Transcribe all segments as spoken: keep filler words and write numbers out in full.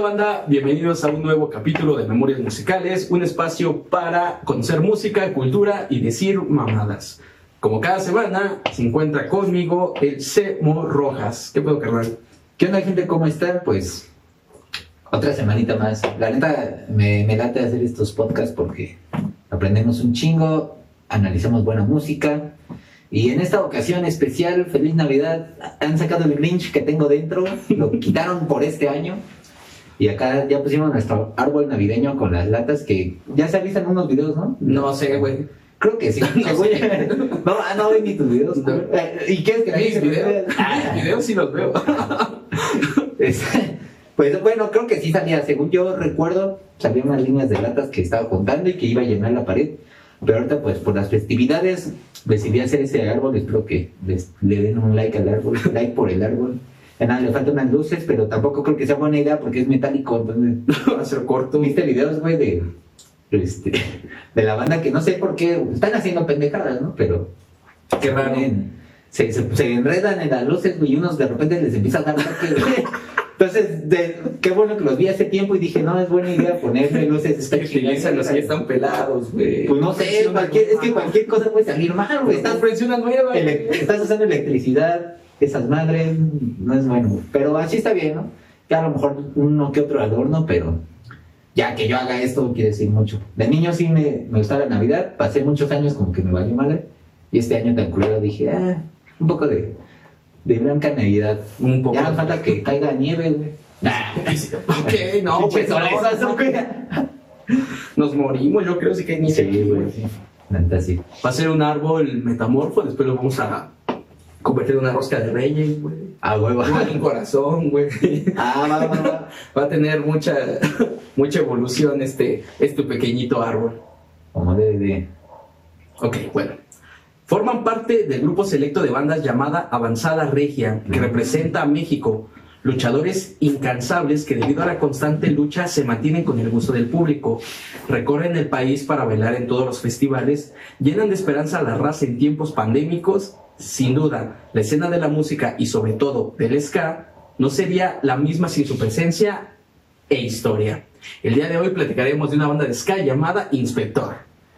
banda? Bienvenidos a un nuevo capítulo de Memorias Musicales, un espacio para conocer música, cultura y decir mamadas. Como cada semana, se encuentra conmigo el Semo Rojas. ¿Qué pedo, carnal? ¿Qué onda, gente? ¿Cómo están? Pues otra semanita más. La neta, me, me late hacer estos podcasts porque aprendemos un chingo, analizamos buena música. Y en esta ocasión especial, feliz Navidad, han sacado el Grinch que tengo dentro, lo quitaron por este año. Y acá ya pusimos nuestro árbol navideño con las latas que ya se avisan unos videos, ¿no? No sé, güey. Creo que sí. No, voy sé. a... no, ah, no ven ni tus videos. No. ¿Y quieres que la Mis gente videos, vea? mis videos sí los veo. Es- Pues bueno, creo que sí salía, según yo recuerdo, salían unas líneas de latas que estaba contando y que iba a llenar la pared. Pero ahorita, pues por las festividades, decidí hacer ese árbol. Espero que les, le den un like al árbol, like por el árbol. A nada, le faltan unas luces, pero tampoco creo que sea buena idea porque es metálico. Entonces, Va a ser corto. ¿viste videos, güey, de, este, de la banda que no sé por qué están haciendo pendejadas, ¿no? Pero Qué raro. ponen- se, se, se enredan en las luces, güey, y unos de repente les empieza a dar ataque, güey. Entonces, de, qué bueno que los vi hace tiempo y dije, no, es buena idea ponerle luces. Es que utilizan los que están pelados, güey. Pues no sé, cualquier, es que cualquier cosa puede salir mal, güey. Estás Estás, presión nueva. ele- estás usando electricidad, esas madres, no es bueno. Pero así está bien, ¿no? Ya a lo mejor uno que otro adorno, pero ya que yo haga esto quiere decir mucho. De niño sí me, me gustaba la Navidad, pasé muchos años como que me valió madre. Y este año tan culero dije, ah, un poco de, de blanca Navidad. Un poco. Ya nos falta que caiga nieve, güey. Ah, Ok, no, pues pinches no, oresas, no, güey. nos morimos, yo creo sí que ni Sí, sé. güey, sí. La neta, sí. Va a ser un árbol metamorfo, después lo vamos a convertir en una rosca de reyes, güey. Ah, huevo. Un corazón, güey. Ah, va, va, va. Va a tener mucha, mucha evolución este, este pequeñito árbol. Como de, de... Ok, bueno. Forman parte del grupo selecto de bandas llamada Avanzada Regia, que representa a México. Luchadores incansables que debido a la constante lucha se mantienen con el gusto del público, recorren el país para bailar en todos los festivales, llenan de esperanza a la raza en tiempos pandémicos. Sin duda, la escena de la música y sobre todo del ska no sería la misma sin su presencia e historia. El día de hoy platicaremos de una banda de ska llamada Inspector.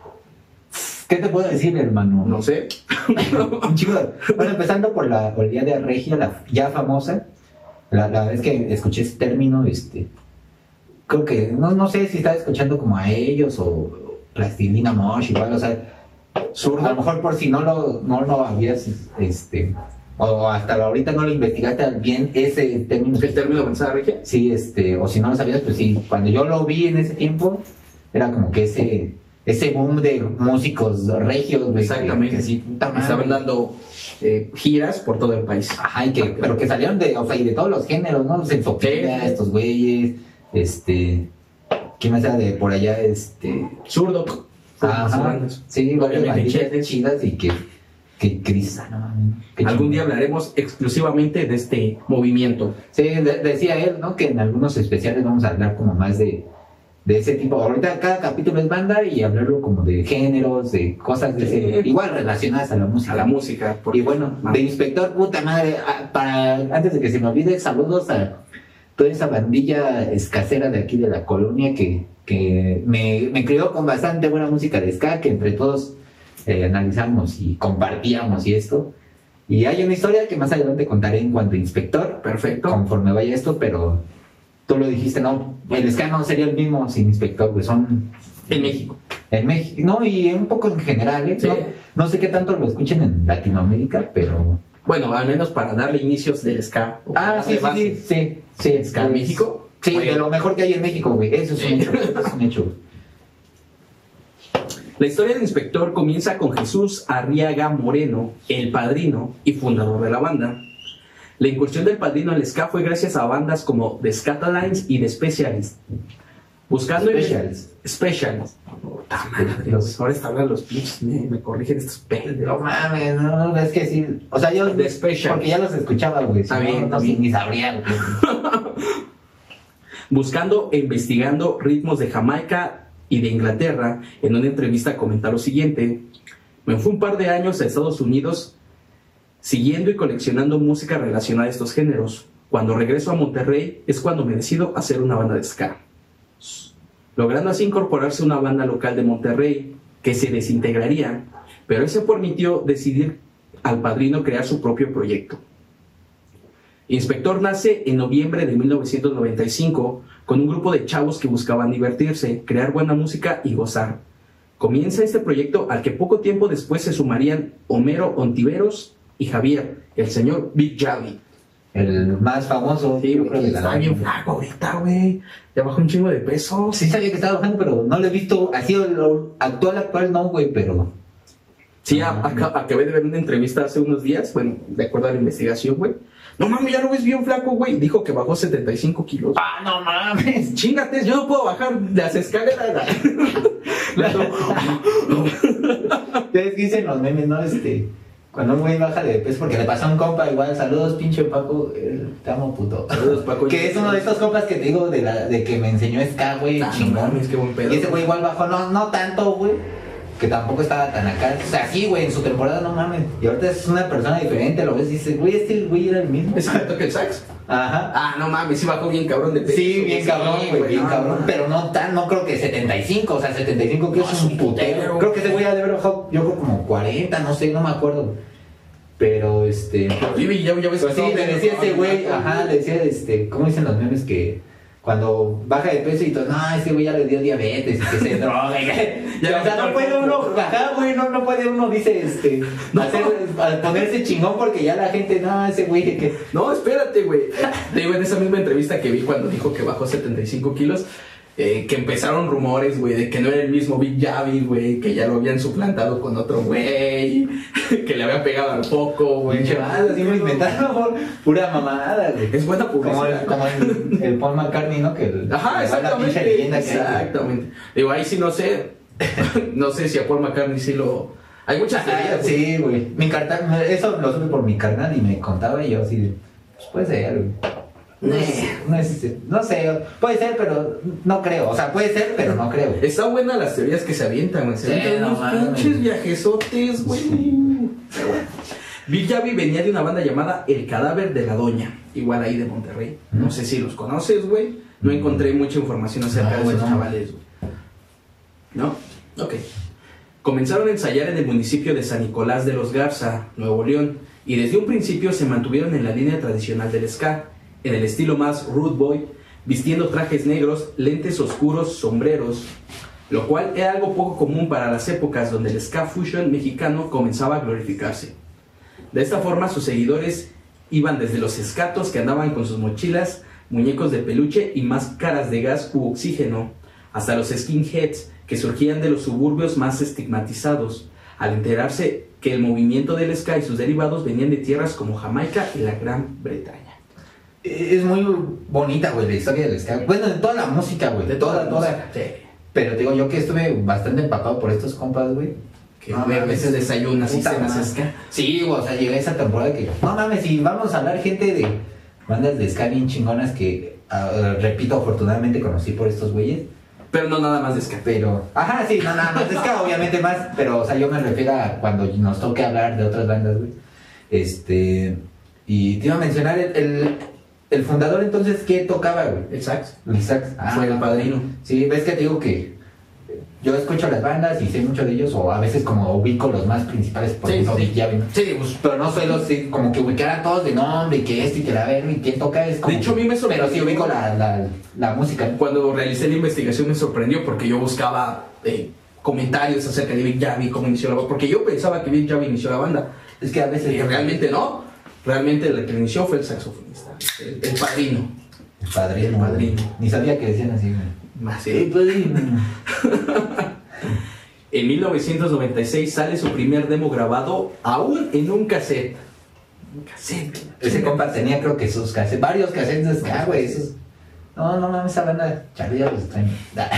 ¿Qué te puedo decir, hermano? No sé. Un chico. Bueno, empezando por la por el día de Regia, la ya famosa. La, la vez que escuché ese término, este, creo que, no, no sé si estaba escuchando como a ellos o Plastilina Mosh, igual, o sea, sur, a lo mejor por si no lo, no lo habías, este, o hasta ahorita no lo investigaste bien ese término. ¿El término Avanzada Regia? Sí, este, o si no lo sabías, pues sí, cuando yo lo vi en ese tiempo, era como que ese, ese boom de músicos regios, güey. Exactamente. Que, que sí, puta madre. Estaban dando eh, giras por todo el país. Ajá, y que, pero que salieron de, o sea, y de todos los géneros, ¿no? Sensopila, Sí. estos güeyes, este, ¿quién más era de por allá? Este, Zurdo. ajá, sí, varias Obviamente, banditas Chetes. chidas y que, que, que dices, ah, no mames, qué Algún chingón. día hablaremos exclusivamente de este movimiento. Sí, de- decía él, ¿no? Que en algunos especiales vamos a hablar como más de, de ese tipo. Ahorita cada capítulo es banda y hablarlo como de géneros, de cosas de ese, Sí. igual relacionadas a la música. A la música. porque- Y bueno, Ah, de Inspector, puta madre, ah, para, antes de que se me olvide, saludos a toda esa bandilla escasera de aquí de la colonia que, que me, me crió con bastante buena música de ska, que entre todos eh, analizamos y compartíamos y esto. Y hay una historia que más adelante contaré en cuanto a Inspector, Perfecto. conforme vaya esto, pero tú lo dijiste, no, el ska no sería el mismo sin Inspector, pues son... En México. En México, no, y un poco en general, ¿eh? Sí. No, no sé qué tanto lo escuchen en Latinoamérica, pero... Bueno, al menos para darle inicios del ska. o Ah, darle sí, sí, base. sí, sí, sí. ¿Ska en México? Sí, Bueno. de lo mejor que hay en México, güey. Eso es un hecho, eso es un hecho. La historia del Inspector comienza con Jesús Arriaga Moreno, el padrino y fundador de la banda. La incursión del padrino al ska fue gracias a bandas como The Scatalines y The Specialists. Buscando Specials. Specials. Puta madre, Los- ahora está hablando los pinches, me, me corrigen estos No pendejos. mames, no, no, es que sí. O sea, yo... The Specials. Porque ya los escuchaba, güey. Está si no, bien, no, está sí, bien. ni sabría, güey. Buscando e investigando ritmos de Jamaica y de Inglaterra, en una entrevista comenta lo siguiente: me fui un par de años a Estados Unidos siguiendo y coleccionando música relacionada a estos géneros. Cuando regreso a Monterrey es cuando me decido hacer una banda de ska, logrando así incorporarse a una banda local de Monterrey que se desintegraría, pero eso permitió decidir al Padrino crear su propio proyecto. Inspector nace en noviembre de mil novecientos noventa y cinco con un grupo de chavos que buscaban divertirse, crear buena música y gozar. Comienza este proyecto al que poco tiempo después se sumarían Homero Ontiveros y Javier, el señor Big Javi. El más famoso. Sí, yo güey, creo que está la- bien flaco ahorita, güey. Ya bajó un chingo de peso. Sí sabía que estaba bajando, pero no lo he visto. Así lo actual, actual no, güey, pero... Sí, a- acá- acabé de ver una entrevista hace unos días, bueno, de acuerdo a la investigación, güey. No mames, ya lo ves bien flaco, güey. Dijo que bajó setenta y cinco kilos. ¡Ah, no mames! Chingate, yo no puedo bajar las escaleras. Ustedes dicen los memes, ¿no? Este... Cuando un güey baja de peso, porque le pasa a un compa igual, saludos pinche Paco, eh, te amo puto. Saludos, Paco. Que es uno de estos compas que te digo de, la, de que me enseñó ska, güey, Ah, no chingón. mames, qué buen pedo. Y ese güey igual bajó, no, no tanto, güey, que tampoco estaba tan acá. O sea, sí, güey, en su temporada no mames. Y ahorita es una persona diferente, lo ves y dices, güey, este güey era el mismo. ¿Es el toque el sax? Ajá. Ah, no mames, sí bajó bien cabrón de peso. Sí, bien cabrón, güey, bien no, cabrón. no. Pero no tan, no creo que setenta y cinco, o sea, setenta y cinco que No, es un putero. Creo que ese güey ha de haber bajado, yo creo como cuarenta, no sé, no me acuerdo. Pero este. Vivi, ya, ya ves Pues que sí, estaba le decía viendo, ese güey, ¿no? ajá, le decía, este, ¿cómo dicen los memes que cuando baja de peso y todo, no, ese güey ya le dio diabetes y que se droga y que, Ya o sea, le no quitó puede el uno, foco. ajá, güey, no, no puede uno, dice, este, No. hacer, al ponerse chingón porque ya la gente, no, ese güey de que, No, espérate, güey. Te digo, en esa misma entrevista que vi cuando dijo que bajó setenta y cinco kilos, eh, que empezaron rumores, güey, de que no era el mismo Big Javi, güey, que ya lo habían suplantado con otro güey, que le había pegado al foco, güey. pinche madre, así me inventaron por pura mamada, güey. Es buena Como el, publicidad. como el, el Paul McCartney, ¿no? Que el, Ajá, que va la pinche exactamente. leyenda que hay, güey. Exactamente. Digo, ahí sí no sé. No sé si a Paul McCartney sí lo. Hay muchas Ah, teorías, güey. sí, güey. Mi carnal, eso lo supe por mi carnal y me contaba y yo así de, pues puede ser, güey. No, es- no, es- no sé, puede ser, pero no creo. O sea, puede ser, pero no creo. Está buena las teorías que se avientan, güey. Se Sí, avientan no unos mames. pinches viajesotes, güey. Pero bueno. Big Javi venía de una banda llamada El Cadáver de la Doña, igual ahí de Monterrey. No sé si los conoces, güey. No encontré mucha información acerca No, de güey, esos no. chavales, güey. ¿No? Ok. Comenzaron a ensayar en el municipio de San Nicolás de los Garza, Nuevo León, y desde un principio se mantuvieron en la línea tradicional del ska, en el estilo más rude boy, vistiendo trajes negros, lentes oscuros, sombreros, lo cual era algo poco común para las épocas donde el ska fusion mexicano comenzaba a glorificarse. De esta forma sus seguidores iban desde los escatos que andaban con sus mochilas, muñecos de peluche y máscaras de gas u oxígeno, hasta los skinheads que surgían de los suburbios más estigmatizados, al enterarse que el movimiento del ska y sus derivados venían de tierras como Jamaica y la Gran Bretaña. Es muy bonita, güey, la historia del ska. Bueno, de toda la música, güey. De toda, toda. Sí. Pero te digo, yo que estuve bastante empapado por estos compas, güey. Que No güey, a mames, veces desayunas y puta cenas madre. ska. Sí, güey, o sea, llegué a esa temporada que, no mames, y vamos a hablar gente de bandas de ska bien chingonas que, ah, repito, afortunadamente conocí por estos güeyes. Pero no nada más de ska. Pero, ajá, sí, no, nada más de ska, obviamente más, pero, o sea, yo me refiero a cuando nos toque hablar de otras bandas, güey. Este, y te iba a mencionar el, el, el fundador, entonces, ¿qué tocaba, güey? El sax. El sax. Ah, Fue el padrino. Sí, ves que te digo que yo escucho las bandas y sé mucho de ellos, o a veces como ubico los más principales, por Sí, ejemplo, sí. Big Javi, ¿no? Sí, pues, Pero no suelo sí, como que ubicar a todos de nombre y que este y que la verga y quién toca es como... De hecho, a mí me sorprendió. Pero sí ubico la, la, la música. cuando realicé la investigación me sorprendió porque yo buscaba eh, comentarios acerca de Big Javi, cómo inició la banda, porque yo pensaba que Big Javi inició la banda, Es que a veces... y realmente no, realmente el que inició fue el saxofonista, el, el padrino. El padrino. El padrino. Ni sabía que decían así, güey. Más, El eh. padrino. En mil novecientos noventa y seis sale su primer demo grabado aún en un cassette. Un cassette. Ese compa tenía creo que sus cassettes, varios cassettes de ska, güey. Esos... No, no mames, esa banda, Charlie ya los extraño.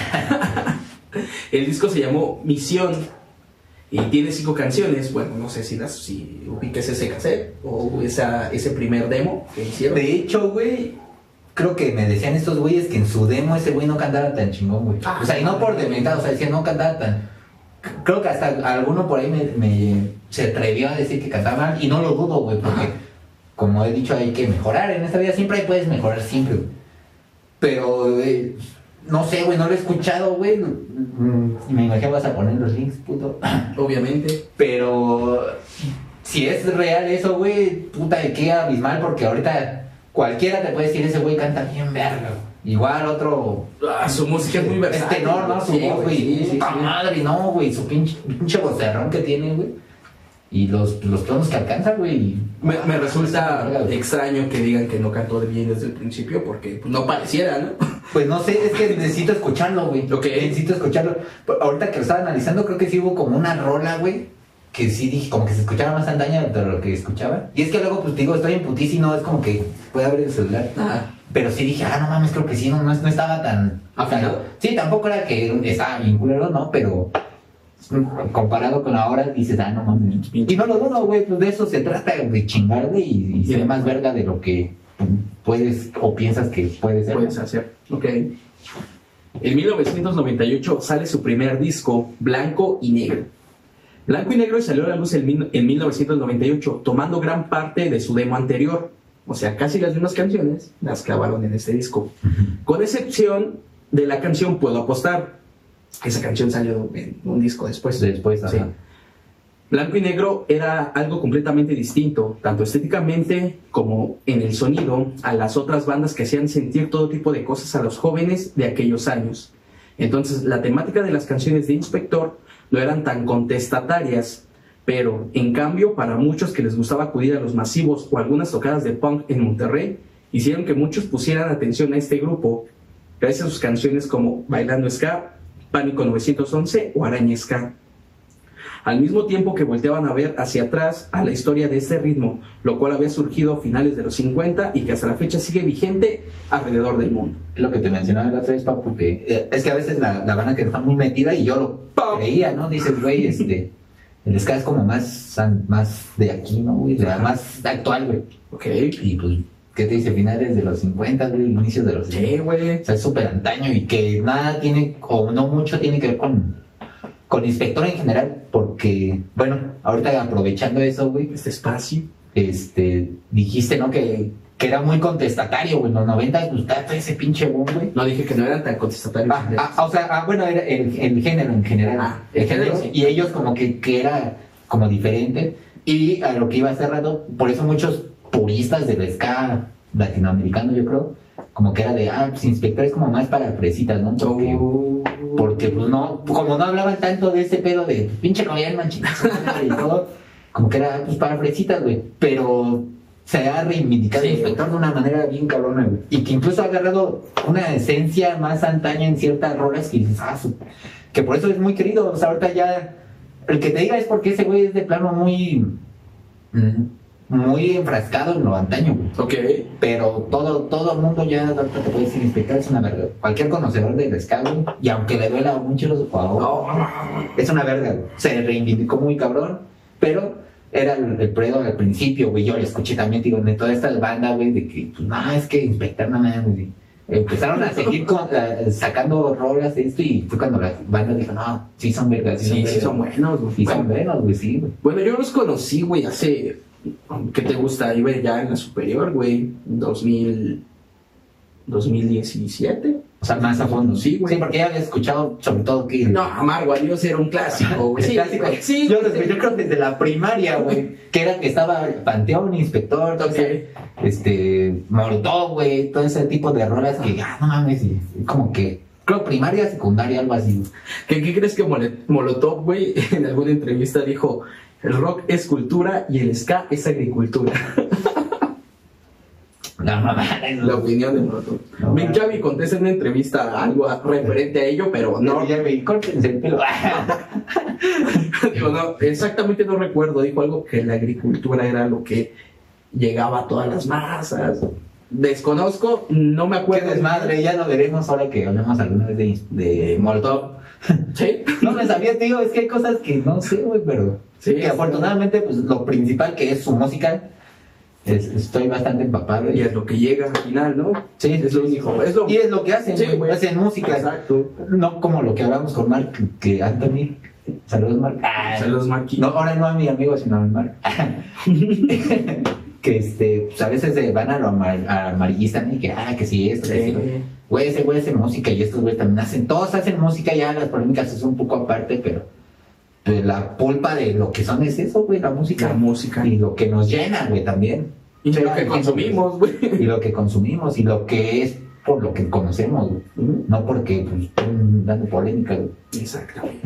El disco se llamó Misión y tiene cinco canciones. Bueno, no sé si las si ubiques ese cassette o esa, ese primer demo que hicieron. De hecho, güey, creo que me decían estos güeyes que en su demo ese güey no cantaba tan chingón, güey. Ah, O sea, y no por dementado, o sea, decían no cantaba tan... Creo que hasta alguno por ahí me, me- se atrevió a decir que cantaba mal, y no lo dudo, güey, porque como he dicho, hay que mejorar. En esta vida siempre puedes mejorar, siempre, güey. Pero, eh, no sé, güey, no lo he escuchado, güey. Me imagino vas a poner los links, puto. Obviamente. Pero si es real eso, güey, puta, qué abismal, porque ahorita cualquiera te puede decir, ese güey canta bien verga, güey. Igual otro... Ah, su música es muy versátil. Es tenor, ¿no? Su Sí, voz, güey. sí, sí, Puta sí. madre, no, güey. Su pinche, pinche vocerrón que tiene, güey. Y los, los tonos que alcanza, güey. Me, me resulta Verga, güey. extraño que digan que no cantó de bien desde el principio, porque pues, no pareciera, ¿no? Pues no sé, es que necesito escucharlo, güey. Ok. Necesito escucharlo. Pero ahorita que lo estaba analizando, creo que sí hubo como una rola, güey, que sí dije, como que se escuchaba más antaña de lo que escuchaba. Y es que luego, pues te digo, estoy en putis y no es como que puede abrir el celular. Ah, Pero sí dije, ah, no mames, creo que sí, no, no, no estaba tan afinado. Sí, tampoco era que estaba bien culero, ¿no? Pero comparado con ahora, dices, ah, no mames. Y no lo dudo, güey, pues de eso se trata, de chingarle y, y se ve más verga de lo que puedes o piensas que puede ser. Puedes hacer. Ok. En mil novecientos noventa y ocho sale su primer disco, Blanco y Negro. Blanco y Negro salió a la luz en mil- en mil novecientos noventa y ocho, tomando gran parte de su demo anterior. O sea, casi las mismas canciones las clavaron en este disco. Con excepción de la canción Puedo Apostar. Esa canción salió en un disco después. Después, Sí. ajá. Blanco y Negro era algo completamente distinto, tanto estéticamente como en el sonido, a las otras bandas que hacían sentir todo tipo de cosas a los jóvenes de aquellos años. Entonces, la temática de las canciones de Inspector no eran tan contestatarias, pero en cambio, para muchos que les gustaba acudir a los masivos o algunas tocadas de punk en Monterrey, hicieron que muchos pusieran atención a este grupo, gracias a sus canciones como Bailando Ska, Pánico novecientos once o Araña Ska. Al mismo tiempo que volteaban a ver hacia atrás a la historia de este ritmo, lo cual había surgido a finales de los cincuenta y que hasta la fecha sigue vigente alrededor del mundo. Es lo que te mencionaba la otra vez, Papu, porque eh, es que a veces la, la banda que está muy metida y yo lo creía, ¿no? Dices, güey, este, el ska es como más, san- más de aquí, ¿no, güey? De la más actual, güey. Ok. Y pues, ¿qué te dice? Finales de los cincuenta, güey, inicios de los Sí, sesenta. güey. O sea, es súper antaño y que nada tiene, o no mucho tiene que ver con, con Inspector en general, porque, bueno, ahorita aprovechando eso, güey, Este espacio. este, dijiste, ¿no? Que, que era muy contestatario, güey, en los noventa, pues estaba todo ese pinche boom, güey. No dije que no eran tan contestatarios. Ah, ah, o sea, ah, bueno, era el, el género en general. Ah, el el género, género, sí. y ellos como que, que era como diferente. Y a lo que iba hace rato, por eso muchos puristas del ska latinoamericano, yo creo, como que era de, ah, pues Inspector es como más para fresitas, ¿no? Porque, Oh. porque pues no, como no hablaban tanto de ese pedo de pinche gobierno, chingazo, y todo, como que era pues para fresitas, güey. Pero se ha reivindicado Sí, el Inspector de una manera bien cabrona, güey. Y que incluso ha agarrado una esencia más antaña en ciertas rolas que dices, ah, su- que por eso es muy querido. O sea, ahorita ya, el que te diga es porque ese güey es de plano muy, mm, muy enfrascado en lo antaño, güey. Ok. Pero todo, todo el mundo ya ahorita te puede decir, Inspector es una verga. Cualquier conocedor del ska, güey, y aunque le duela mucho los jugadores, es una verga, güey. Se reivindicó muy cabrón, pero era el, el pedo al principio, güey. Yo lo escuché también, digo, de toda esta banda, güey, de que, pues, no, es que Inspector, no mames, güey. Empezaron a seguir con, eh, sacando rolas de esto y fue cuando la banda dijo, no, sí son vergas, sí, Sí, son sí vergas. son buenos, güey. Sí son buenos, güey, sí, güey. Bueno, yo los conocí, güey, hace... ¿Qué te gusta? Iba ya en la superior, güey. dos mil... dos mil diecisiete. O sea, más a fondo. Sí, güey. Sí, porque ya había escuchado sobre todo que... No, Amargo Adiós era un clásico, güey. El Sí, clásico. güey. Sí, yo, güey. desde- yo creo desde la primaria, güey, que era que estaba Panteón, Inspector, todo Ok. ese, este, Molotov, güey, todo ese tipo de rolas que, ah, no mames, y, y como que, creo primaria, secundaria, algo así. ¿Qué, qué crees que Mole- Molotov, güey, en alguna entrevista dijo? El rock es cultura y el ska es agricultura. No, mames, La opinión de Molotov. No, Mick bueno. Javi contesta en una entrevista algo referente a ello, pero no, no, ya me córtense el pelo. digo, no, exactamente no recuerdo. Dijo algo que la agricultura era lo que llegaba a todas las masas. Desconozco, no me Qué acuerdo. desmadre, ya lo veremos ahora que hablemos alguna vez de, de Molotov. Sí. No me sabía, tío, es que hay cosas que no sé, güey, pero Sí, que afortunadamente, pues lo principal que es su música, es- estoy bastante empapado. Y es lo que llega al final, ¿no? Sí, Es lo único. Es lo... Y es lo que hacen, Sí, güey, güey. hacen música. Exacto. No como lo que hablamos con Mark, que Anthony. Saludos, Mark. Ah, Saludos, Marquis. no, ahora no a mi amigo, sino a mi Mark. que este, pues a veces se van a lo amar- a amarillista, ¿no? Y que, ah, que sí, esto, que sí. Güey, ese güey hace música y estos güey también hacen, todos hacen música, ya las polémicas son un poco aparte, pero pues la pulpa de lo que son es eso, güey, la música. La música. Y lo que nos llena, güey, también. Y Sí, lo que consumimos, güey. Y lo que consumimos, y lo que es por lo que conocemos, güey. Ujú. No porque, pues, estén dando polémica, güey. Exactamente.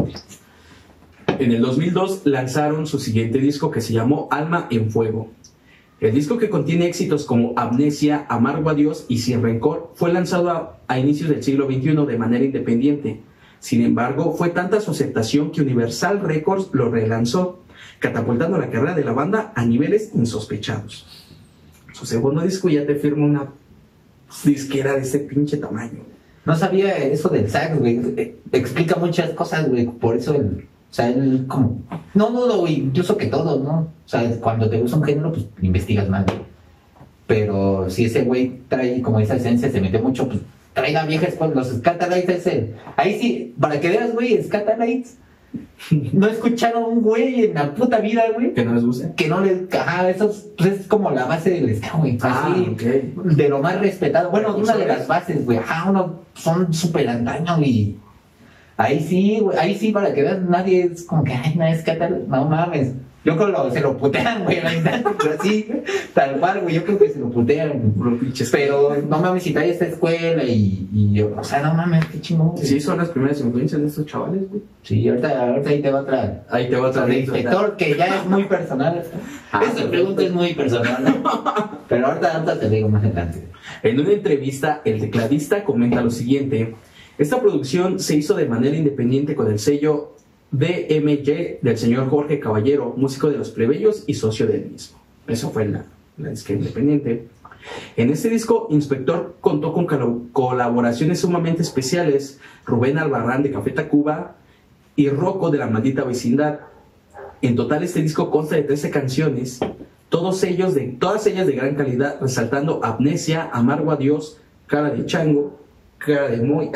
En el dos mil dos lanzaron su siguiente disco que se llamó Alma en Fuego. El disco, que contiene éxitos como Amnesia, Amargo Adiós y Sin Rencor, fue lanzado a, a inicios del siglo veintiuno de manera independiente. Sin embargo, fue tanta su aceptación que Universal Records lo relanzó, catapultando la carrera de la banda a niveles insospechados. Su segundo disco ya te firma una disquera de ese pinche tamaño. No sabía eso del sax, güey. Eh, Explica muchas cosas, güey. Por eso, el, o sea, él como... No dudo, güey, incluso que todo, ¿no? O sea, cuando te gusta un género, pues investigas más, güey. Pero si ese güey trae como esa esencia, se mete mucho, pues trae la vieja escuela. Los Scatalites es el... Ahí sí, para que veas, güey, Scatalites... No escucharon un güey en la puta vida, güey. ¿Que no les gusta? Que no les... Ajá, eso es, pues es como la base del ska, güey. Ah, Así, ok. de lo más respetado. Bueno, ¿Y una de sabes? las bases, güey. Ajá, uno son súper antaño y... Ahí sí, güey. Ahí sí, para que veas, nadie es como que, ay, no, es que tal... No mames. Yo creo que lo- se lo putean, güey. La verdad, pero así, tal cual, güey. Yo creo que se lo putean. Puro pinches. Pero no mames, si trae esta escuela y, y yo... O sea, no mames, qué chingón, güey. Sí, son las primeras influencias de estos chavales, güey. Sí, ahorita, ahorita ahí te va otra... Ahí te va otra de anécdota. inspector, que ya es muy personal. Ah, Esta pregunta es muy personal, ¿no? Pero ahorita, ahorita te digo más adelante. En una entrevista, el tecladista comenta lo siguiente: esta producción se hizo de manera independiente con el sello D M G del señor Jorge Caballero, músico de Los Plebeyos y socio del mismo. Eso fue la, la disquera independiente. En este disco, Inspector contó con colo- colaboraciones sumamente especiales: Rubén Albarrán de Café Tacuba y Rocco de La Maldita Vecindad. En total, este disco consta de trece canciones, todos ellos de, todas ellas de gran calidad, resaltando Amnesia, Amargo Adiós, Cara de Chango, Cara de Moy,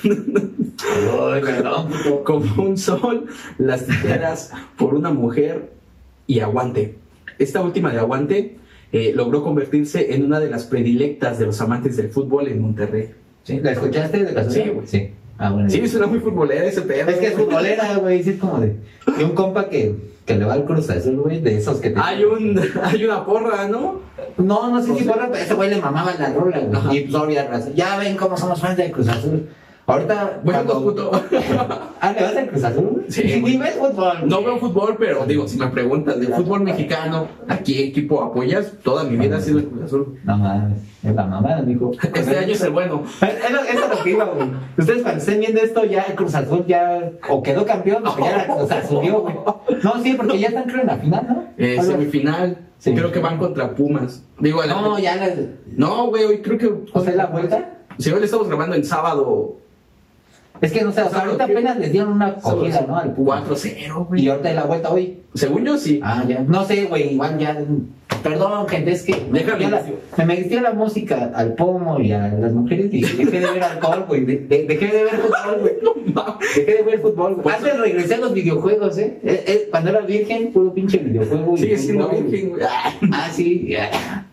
Ay, perdón, puto. Como un Sol, Las Tijeras, Por una Mujer y Aguante. Esta última de Aguante eh, logró convertirse en una de las predilectas de los amantes del fútbol en Monterrey. ¿Sí? ¿La escuchaste de casualidad? Sí, güey. Sí. Ah, bueno. Sí, suena muy futbolera ese pedo. Es que es futbolera, güey. Sí, es como de... De un compa que, que le va al Cruz Azul, güey. De esos que te... Hay, un, hay una porra, ¿no? No, no sé O si sea- fue... Pero ese güey le mamaba la rola, Ajá. güey. Y pues obvia razón. Ya ven cómo somos fans del Cruz Azul. Ahorita... Bueno, cuando- puto. Ah, ¿le vas al Cruz Azul? Sí. ¿Y ves fútbol? No veo fútbol, pero digo, si me preguntas de fútbol mexicano, ¿a qué equipo apoyas? Toda mi vida ha sido el Cruz Azul. No mames. Es la mamada, mijo. Este año es el bueno. Es lo, eso es lo que iba, güey. Ustedes cuando estén viendo esto, ya el Cruz Azul ya o quedó campeón o ya la Cruz Azulió, güey. No, sí, porque ya están creo en la final, ¿no? Eh, Algo- semifinal. Sí. Creo que van contra Pumas. Digo, a la- No, ya la... No, güey, hoy creo que... ¿O sea, la vuelta? Sí, hoy le estamos grabando el sábado. Es que no sé, o sea, ahorita apenas les dieron una cogida, ¿no? Al Pumas. cuatro cero, Y güey. ahorita de la vuelta hoy. Según yo, sí. Ah, ya. No sé, güey, igual ya... Perdón, gente, es que me Déjame. metió la, me metió la música al pomo y a las mujeres y dejé de ver alcohol, güey. De- de- dejé de ver fútbol, güey. No mames. Dejé de ver fútbol, güey. Pues- Antes regresé a los videojuegos, ¿eh? Eh, eh, Cuando era virgen, puro pinche videojuego. y Sigue siendo fútbol, virgen, güey. Ah. Ah, sí, ya.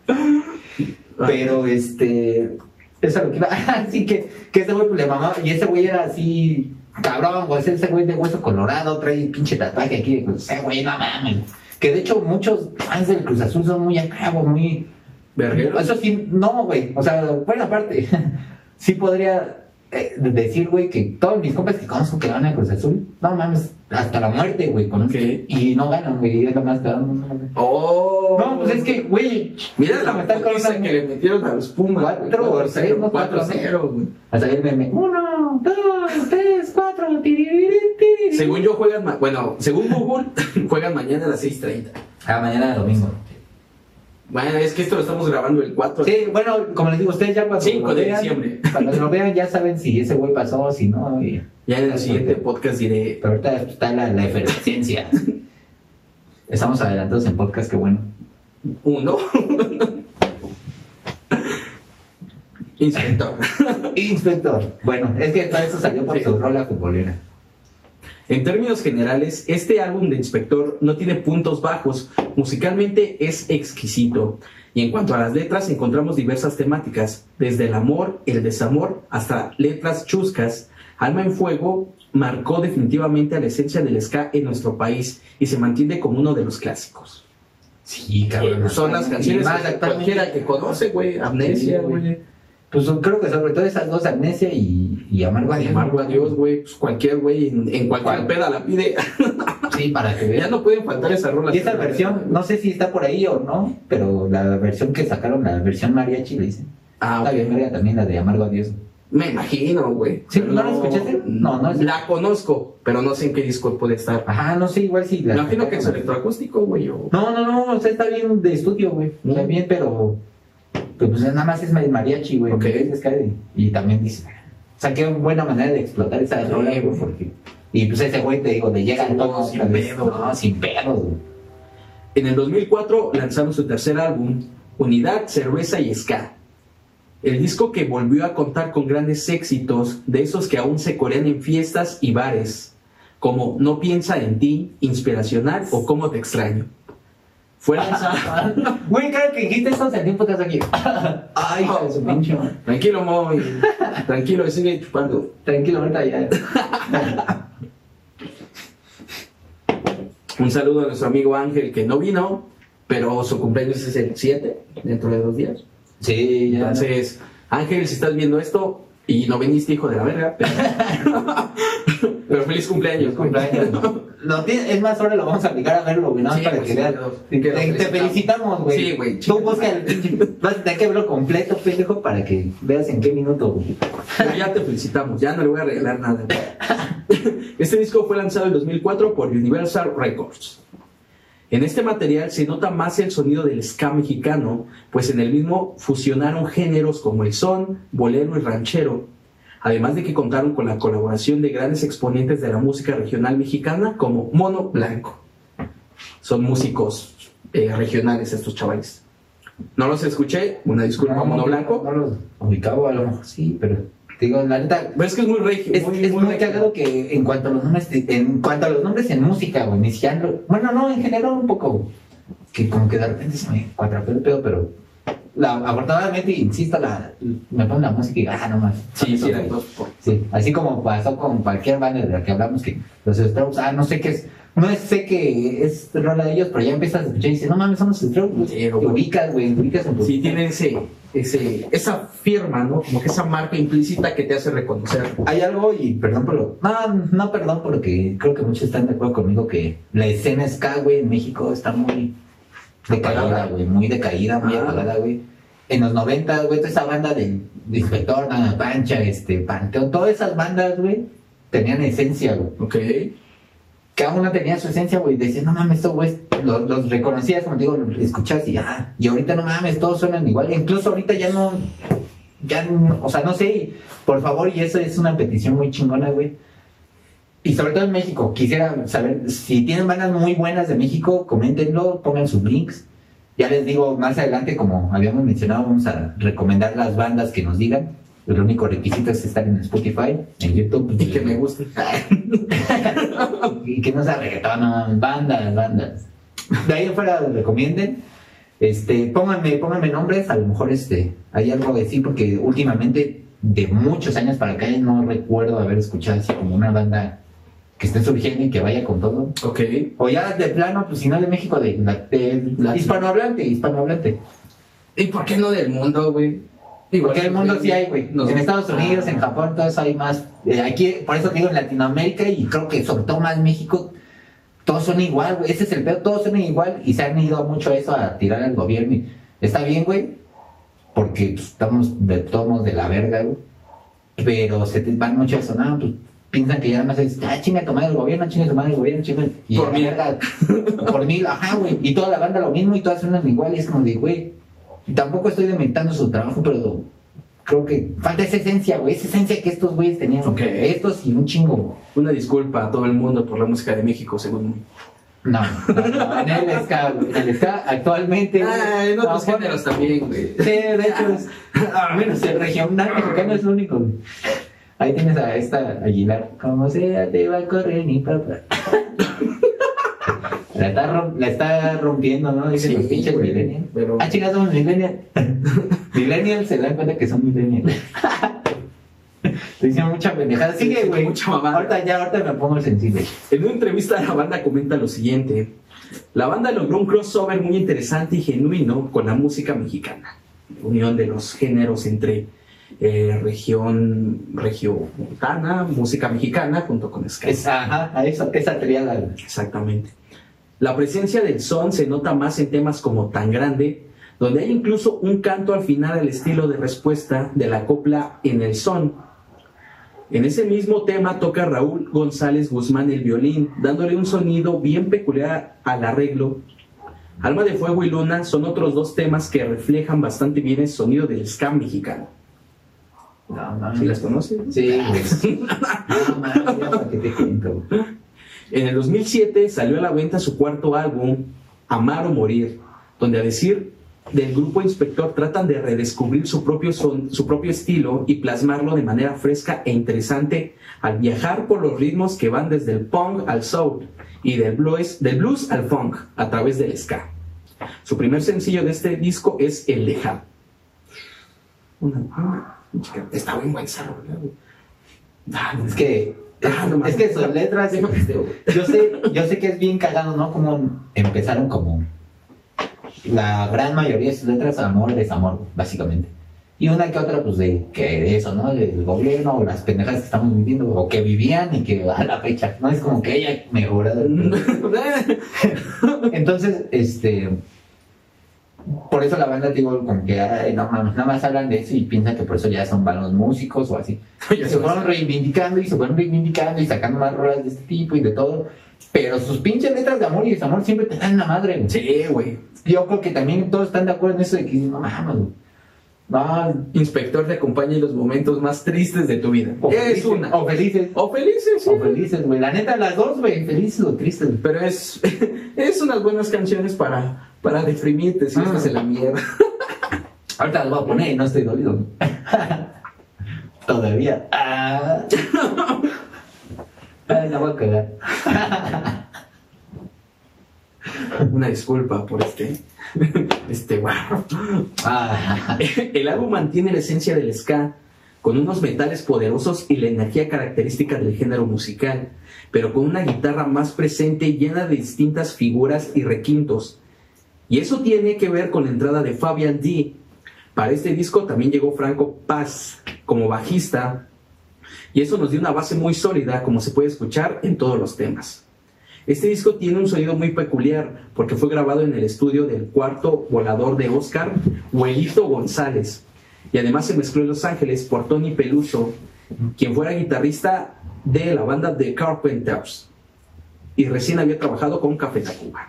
Pero este. Eso es lo que iba. Así que, que ese güey pues, le mamaba. Y ese güey era así. Cabrón, güey. Ese güey de hueso colorado. Trae pinche tatuaje aquí de Cruz. Ese güey, no mames. Que de hecho, muchos fans del Cruz Azul son muy acá, güey, muy. Verguero. Eso sí, no, güey. O sea, bueno, aparte. Sí podría eh, decir, güey, que todos mis compas que conozco que van a Cruz Azul. No mames. Hasta la muerte, güey. Con Ok. Y no ganan, güey. Es lo más cabrón. No, mames. Oh. No, pues es que, güey. Mira la me están putiza que le metieron a los Pumas. Cuatro o tres, ¿no? cuatro cero, güey. Hasta el meme. Uno, dos, tres, cuatro. tiririrí, tiririrí. Según yo juegan, ma- bueno, según Google, juegan mañana a las seis treinta. Ah, mañana domingo. Bueno, es que esto lo estamos grabando el cuatro. Sí, bueno, como les digo, ustedes ya cuando cinco lo de vean, diciembre. cuando lo vean ya saben si ese güey pasó o si no. Y... Ya en el siguiente podcast diré. Pero ahorita está la, la efervescencia. Estamos adelantados en podcast, qué bueno. Uno. Inspector. Inspector. Bueno, es que todo eso salió por su rola futbolera. En términos generales, este álbum de Inspector no tiene puntos bajos, musicalmente es exquisito. Y en cuanto a las letras, encontramos diversas temáticas, desde el amor, el desamor, hasta letras chuscas. Alma en Fuego marcó definitivamente a la esencia del ska en nuestro país y se mantiene como uno de los clásicos. Sí, cabrón. Son las canciones más que cualquiera que conoce, güey. Amnesia, güey. Pues creo que sobre todo esas dos, Amnesia y, y Amargo a Dios. Amargo a Dios, güey. Pues cualquier güey en, en cualquier ¿Cuál? peda la pide. Sí, para que veas. Ya no pueden faltar esas rolas. Y esa versión, no sé si está por ahí o no, pero la versión que sacaron, la versión mariachi, le dicen. Ah, Está ok. bien, verga, también la de Amargo a Dios. Me imagino, güey. ¿Sí? ¿No la escuchaste? No, no es- La conozco, pero no sé en qué disco puede estar. Ajá, no sé, igual si la. Me imagino que es sacaron. electroacústico, güey. O... No, no, no, o sea, está bien de estudio, güey. Está Mm. bien, pero. Pero pues nada más es mariachi, güey. Ok. Es ska y, y también dice. O sea, qué buena manera de explotar esa Sí, rola, güey, güey. porque. Y pues ese güey, te digo, le llega Sin todo sin otra vez. pedos. No, sin pedos, güey. En el dos mil cuatro lanzaron su tercer álbum, Unidad, Cerveza y Ska. El disco que volvió a contar con grandes éxitos, de esos que aún se corean en fiestas y bares, como No piensa en ti, Inspiracional o Cómo te extraño. Fue lanzado... Güey, creo que dijiste eso hace tiempo que estás aquí. Ay, hija de su pinche madre. Tranquilo, Mo, y- tranquilo, y sigue chupando. Tranquilo, ahorita ya. Un saludo a nuestro amigo Ángel, que no vino, pero su cumpleaños es el siete, dentro de dos días. Sí, ya. Entonces, Ángel, si estás viendo esto y no viniste, hijo de la verga, pero, pero feliz cumpleaños. Feliz cumpleaños. Lo tiene- es más, ahora lo vamos a aplicar a verlo, güey, ¿no? Sí, Para pues, que sí, veas. quedó. Te, Quedó te felicitado. felicitamos, güey. Sí, güey, Tú chica busca el pinche. Vas a tener que verlo completo, pendejo, para que veas en qué minuto, güey. Pero ya te felicitamos, ya no le voy a regalar nada. Este disco fue lanzado en dos mil cuatro por Universal Records. En este material se nota más el sonido del ska mexicano, pues en el mismo fusionaron géneros como el son, bolero y ranchero, además de que contaron con la colaboración de grandes exponentes de la música regional mexicana como Mono Blanco. Son músicos eh, regionales estos chavales. No los escuché, una disculpa, No, Mono no, Blanco. No los ubicaba, a lo mejor sí, pero. Te digo, la neta. Pero es que es muy regio. Es, es muy regio. cagado que en cuanto a los nombres, en cuanto a los nombres en música, güey, ni siquiera lo- bueno, no, en general un poco, que como que de repente se me cuatrapeó el pedo, pero la, afortunadamente, insisto, la, me ponen la música y ah, no más. Sí, sí, güey. eran dos por... Sí, así como pasó con cualquier banda de la que hablamos, que los Strokes, ah, no sé qué es, no es- sé que es rola de ellos, pero ya empiezas a escuchar y dices, no mames, son los Strokes, güey. Sí, Te güey. ubicas, güey, te ubicas en tu... Sí, tiene ese, ese, esa firma, ¿no? Como que esa marca implícita que te hace reconocer. Hay algo, y perdón por lo... No, no perdón, porque creo que muchos están de acuerdo conmigo que la escena ska, güey, en México está muy decaída, Apagada. güey, muy decaída, muy Ah. apagada, güey. En los noventa, güey, toda esa banda de, de Inspector, Nana Pancha, este, Panteón, todas esas bandas, güey, tenían esencia, güey. Ok. Cada una tenía su esencia, güey. Decías, no mames, estos güeyes, los, los reconocías, como te digo, los escuchas y ah, y ahorita no mames, todos suenan igual. Incluso ahorita ya no, ya no, o sea, no sé, y por favor, y eso es una petición muy chingona, güey. Y sobre todo en México, quisiera saber, si tienen bandas muy buenas de México, coméntenlo, pongan sus links. Ya les digo, más adelante, como habíamos mencionado, vamos a recomendar las bandas que nos digan. El único requisito es estar en Spotify, en YouTube. Y que me guste. Y que no sea reggaetón, no, bandas, bandas. De ahí afuera recomienden. Este, pónganme, pónganme nombres, a lo mejor este, hay algo que decir, porque últimamente, de muchos años para acá, no recuerdo haber escuchado así como una banda que esté surgiendo y que vaya con todo. Ok. O ya de plano, pues si no de México, de, de, La- hispanohablante, hispanohablante. ¿Y por qué no del mundo, güey? Porque en el mundo sí hay, güey. Nos- En Estados Unidos, en Japón, todo eso hay más. Eh, aquí, por eso te digo, en Latinoamérica y creo que sobre todo más en México, todos son igual, güey. Ese es el peor, todos son igual y se han ido mucho a eso, a tirar al gobierno. Y está bien, güey, porque pues, estamos de todos modos de la verga, güey. Pero se te van mucho a eso, no, pues piensan que ya nada más es, ah, chinga tu madre el gobierno, chinga tu madre el gobierno, chinga. Y Por la mil. verga, por mil, ajá, güey. Y toda la banda lo mismo y todas suenan igual y es como de, güey. Y tampoco estoy dementando su trabajo, pero creo que falta esa esencia, güey. Esa esencia que estos güeyes tenían. Ok. Estos y un chingo. Una disculpa a todo el mundo por la música de México, según... No, no, no, en el ska, güey. En el ska actualmente. Ah, en otros no, géneros también, güey. Sí, de hecho, es, al menos el regional mexicano es lo único, güey. Ahí tienes a esta Aguilar. Como sea, te va a correr mi papá. La está, romp- la está rompiendo, ¿no? Dicen Sí, los pinches güey, millennials. pero- Ah, chicas, somos millennials. Millennials se dan cuenta que son millennials. Te dicen mucha pendejada. Sigue, Sí, güey. mucha mamada. Ahorita ya, ahorita me pongo sensible. En una entrevista la banda comenta lo siguiente. La banda logró un crossover muy interesante y genuino con la música mexicana. Unión de los géneros entre eh, región regiomontana, música mexicana junto con ska. Es, ajá, a eso, esa triada. güey. Exactamente. La presencia del son se nota más en temas como Tan Grande, donde hay incluso un canto al final al estilo de respuesta de la copla En el Son. En ese mismo tema toca Raúl González Guzmán el violín, dándole un sonido bien peculiar al arreglo. Alma de Fuego y Luna son otros dos temas que reflejan bastante bien el sonido del ska mexicano. No, mames. ¿Sí las conoces? Sí, güey. No, mames, ya para qué te cuento, güey. En el dos mil siete salió a la venta su cuarto álbum, Amar o Morir, donde a decir del grupo Inspector tratan de redescubrir su propio, son, su propio estilo y plasmarlo de manera fresca e interesante al viajar por los ritmos que van desde el punk al soul y del blues, del blues al funk a través del ska. Su primer sencillo de este disco es El Lejano. Una, una, está bien buen esa rola, güey. Ah, Es que, Ah, no es mames. que sus letras, Déjame este, güey. yo sé, yo sé que es bien cagado, ¿no? Como empezaron como la gran mayoría de sus letras, amor, desamor, básicamente. Y una que otra, pues de que de eso, ¿no? Del gobierno, o las pendejas que estamos viviendo, o que vivían y que a la fecha, ¿no? Es como que ella mejorado. Entonces, este. Por eso la banda, digo, como que ay, no mames, nada más hablan de eso y piensan que por eso ya son malos músicos o así. Y se fueron reivindicando y se fueron reivindicando y sacando más rolas de este tipo y de todo. Pero sus pinches letras de amor y desamor siempre te dan la madre, güey. Sí, güey. Yo creo que también todos están de acuerdo en eso de que no mames, güey. No, Inspector te acompaña en los momentos más tristes de tu vida. o Es felices, una. O felices. O felices, sí. O felices, güey. La neta, las dos, güey. Felices o tristes. güey. Pero es, es unas buenas canciones para, para deprimirte si Ah. estás en la mierda. Ahorita las voy a poner y no estoy dolido. Todavía. Ah. Ay, la voy a cagar. Una disculpa por este. Este, wow. Ah. El álbum mantiene la esencia del ska, con unos metales poderosos y la energía característica del género musical, pero con una guitarra más presente llena de distintas figuras y requintos. Y eso tiene que ver con la entrada de Fabian D. Para este disco también llegó Franco Paz como bajista, y eso nos dio una base muy sólida, como se puede escuchar en todos los temas. Este disco tiene un sonido muy peculiar porque fue grabado en el estudio del cuarto volador de Oscar, Huelito González, y además se mezcló en Los Ángeles por Tony Peluso, quien fuera guitarrista de la banda The Carpenters y recién había trabajado con Café Tacuba.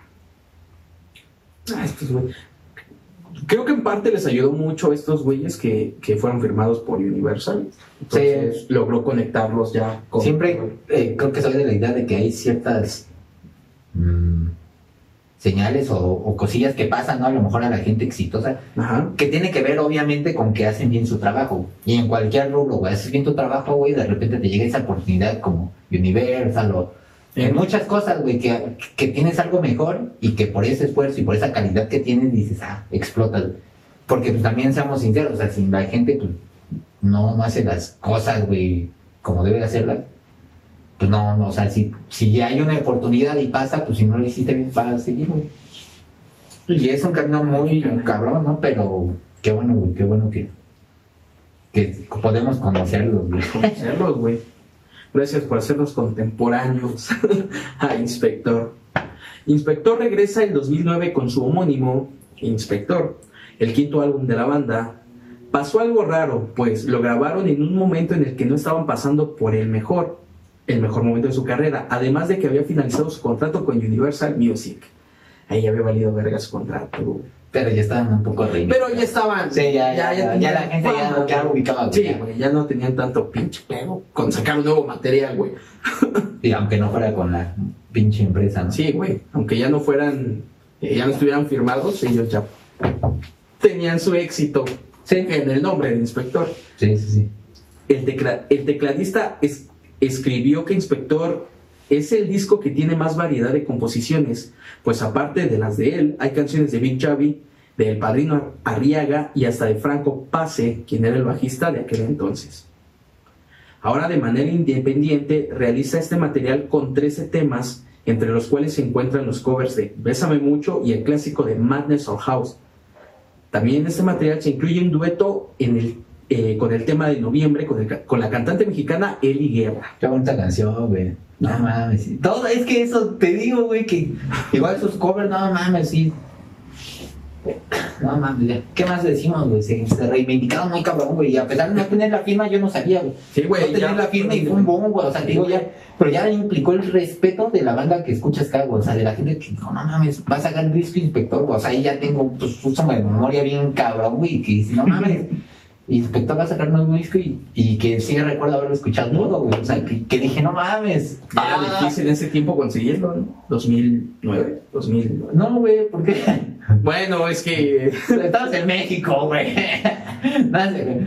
Ah, estos güeyes. Creo que en parte les ayudó mucho a estos güeyes que, que fueron firmados por Universal. Entonces Sí. logró conectarlos ya con... Siempre eh, creo que soy de la idea de que hay ciertas mm, señales o, o cosillas que pasan, ¿no? A lo mejor a la gente exitosa, Ajá. que tiene que ver obviamente con que hacen bien su trabajo. Y en cualquier rubro, güey, haces bien tu trabajo, güey, de repente te llega esa oportunidad como Universal o en muchas cosas, güey, que, que tienes algo mejor y que por ese esfuerzo y por esa calidad que tienes dices, ah, explotas. Porque pues, también seamos sinceros, o sea, si la gente pues, no, no hace las cosas, güey, como debe de hacerlas, pues no, no, o sea, si, si ya hay una oportunidad y pasa, pues si no lo hiciste bien, vas a seguir, güey. Y es un camino muy cabrón, ¿no? Pero qué bueno, güey, qué bueno que, que podemos conocerlos, güey. Conocerlos, güey. Gracias por hacernos contemporáneos a Inspector. Inspector regresa en dos mil nueve con su homónimo, Inspector, el quinto álbum de la banda. Pasó algo raro, pues lo grabaron en un momento en el que no estaban pasando por el mejor, el mejor momento de su carrera, además de que había finalizado su contrato con Universal Music. Ahí había valido verga su contrato. Pero ya estaban un poco reinitos. Pero ya estaban. Sí, ya, ya, ya, ya la gente ya, fama, ya ubicaba, güey. Sí, ya. güey, ya no tenían tanto pinche pego con sacar un nuevo material, güey. Y aunque no fuera con la pinche empresa, ¿no? Sí, güey, aunque ya no fueran, eh, ya no estuvieran firmados, ellos ya tenían su éxito Sí. en el nombre del Inspector. Sí, sí, sí. el, tecla, el tecladista es, escribió que Inspector es el disco que tiene más variedad de composiciones, pues aparte de las de él, hay canciones de Big Javi, de El Padrino Arriaga y hasta de Franco Pase, quien era el bajista de aquel entonces. Ahora de manera independiente realiza este material con trece temas, entre los cuales se encuentran los covers de Bésame Mucho y el clásico de Madness or House. También en este material se incluye un dueto en el, eh, con el tema de Noviembre con, el, con la cantante mexicana Eli Guerra. Qué bonita canción, güey. No mames. Sí. Todo, es que eso te digo, güey, que igual sus covers, no mames, sí. No mames, ya. ¿Qué más decimos, güey? Se, se reivindicaron muy cabrón, güey. Y a pesar de no tener la firma, yo no sabía, güey. Sí, güey. No tener la firma y fue un boom, güey. O sea, te digo, ya. Pero ya implicó el respeto de la banda que escuchas acá, güey. O sea, de la gente que, no, no mames, va a sacar el disco Inspector, güey. O sea, ahí ya tengo, pues, uso de memoria bien cabrón, güey. Que dice, no mames. Inspector va a sacar un nuevo disco y, y que sí recuerdo haberlo escuchado todo, güey. O sea, que, que dije, no mames. Era ah, difícil en ese tiempo conseguirlo, ¿no? dos mil nueve, dos mil nueve. No, güey, ¿por qué? Bueno, es que... Estamos en México, güey. No sé, güey.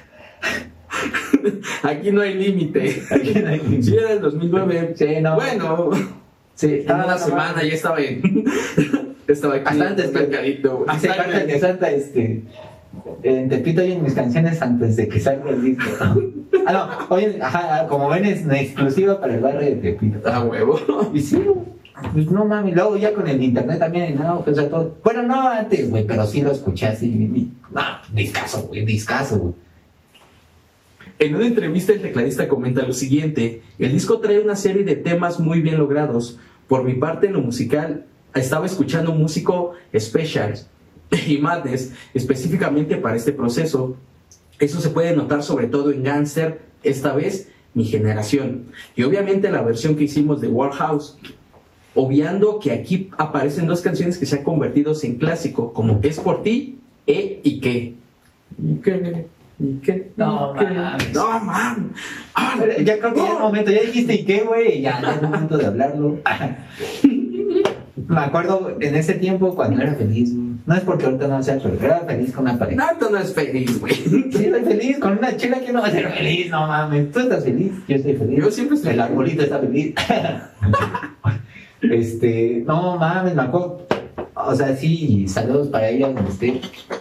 Aquí no hay límite. Aquí no hay límite. Sí, era el dos mil nueve. Sí, no. Bueno, sí, estaba una semana, ya estaba en... estaba aquí. Hasta antes, mercadito. Hace falta que Santa, este... En Tepito oyen mis canciones antes de que salga el disco. Ah, no, oyen, ajá, como ven es una exclusiva para el barrio de Tepito. Ah, huevo. Y sí, pues no mami, luego ya con el internet también, no, pues a todo. Bueno, no antes, güey, pero sí lo escuché así. Y, no, discazo, güey, discazo, güey. En una entrevista el tecladista comenta lo siguiente: el disco trae una serie de temas muy bien logrados. Por mi parte, en lo musical, estaba escuchando un músico especial y Madness específicamente para este proceso. Eso se puede notar sobre todo en Gangster, esta vez Mi Generación, y obviamente la versión que hicimos de Warhouse, obviando que aquí aparecen dos canciones que se han convertido en clásico, como Es por ti, E y qué. ¿Y qué? ¿Y qué? No, ¿Y qué? mames. No, man. Ah, ya creo que ya es momento, ya dijiste ¿y qué, güey? Ya, ya es momento de hablarlo. Me acuerdo en ese tiempo cuando era feliz, no es porque ahorita no sea, pero era feliz con una pareja. No, tú no es feliz, güey. Sí, estoy feliz con una chela que no va a ser feliz, no mames. Tú estás feliz, yo estoy feliz. Yo siempre estoy El arbolito está feliz. Este, no mames, me acuerdo. O sea, sí, saludos para ella donde esté.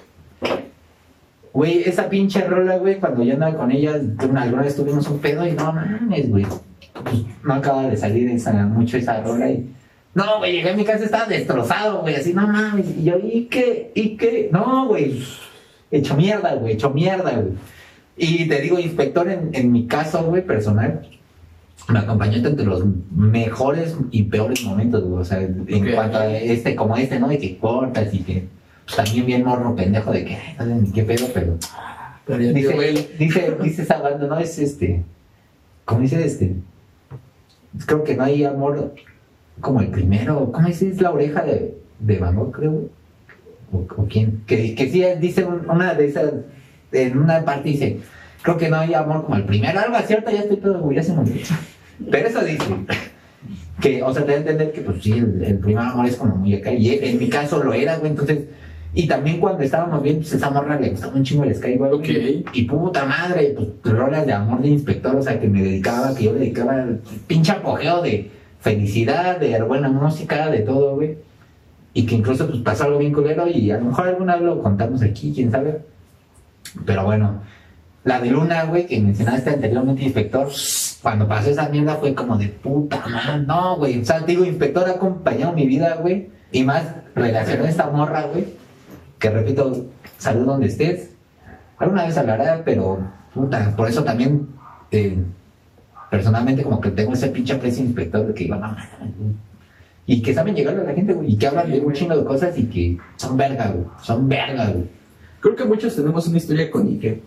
Güey, esa pinche rola, güey, cuando yo andaba con ella, una, alguna vez tuvimos un pedo y no mames, güey. Pues no acaba de salir esa, mucho esa rola y... No, güey, llegué a mi casa, estaba destrozado, güey, así, no mames. Y yo, ¿y qué? ¿Y qué? No, güey, hecho mierda, güey, hecho mierda, güey. Y te digo, Inspector, en, en mi caso, güey, personal, me acompañó entre los mejores y peores momentos, güey. O sea, en okay. cuanto a este, como este, ¿no? De que cortas y que pues, también bien morro pendejo de que, ay, no sé ni qué pedo, pero... pero dice, dice, dice, dice esa banda, ¿no? Es este... ¿Cómo dice este? Creo que no hay amor... como el primero, ¿cómo dice? Es la oreja de, de Van Gogh, creo, o, o quién, que, que sí dice una de esas, en una parte dice, creo que no hay amor como el primero, algo cierto, ya estoy todo, ya se me olvidó. Pero eso dice, que, o sea, te da a entender que, pues sí, el, el primer amor es como muy acá, y en mi caso lo era, güey, entonces, y también cuando estábamos bien, pues esa morra le gustaba un chingo el Sky, güey, okay. y puta madre, pues rolas de amor de Inspector, o sea, que me dedicaba, que yo le dedicaba el pinche apogeo de felicidad, de buena música, de todo, güey. Y que incluso pues pasó algo bien culero y a lo mejor alguna vez lo contamos aquí, quién sabe. Pero bueno, la de Luna, güey, que mencionaste anteriormente, Inspector, cuando pasó esa mierda fue como de puta madre, no, güey. O sea, digo, Inspector ha acompañado mi vida, güey. Y más relacionado a esta morra, güey. Que repito, salud donde estés. Alguna vez hablará, pero puta, por eso también... Eh, personalmente como que tengo ese pinche aprecio Inspector de que iban a... Y que saben llegar a la gente, güey, y que hablan de un chingo de cosas y que son verga, güey, son verga, güey. Creo que muchos tenemos una historia con Ike.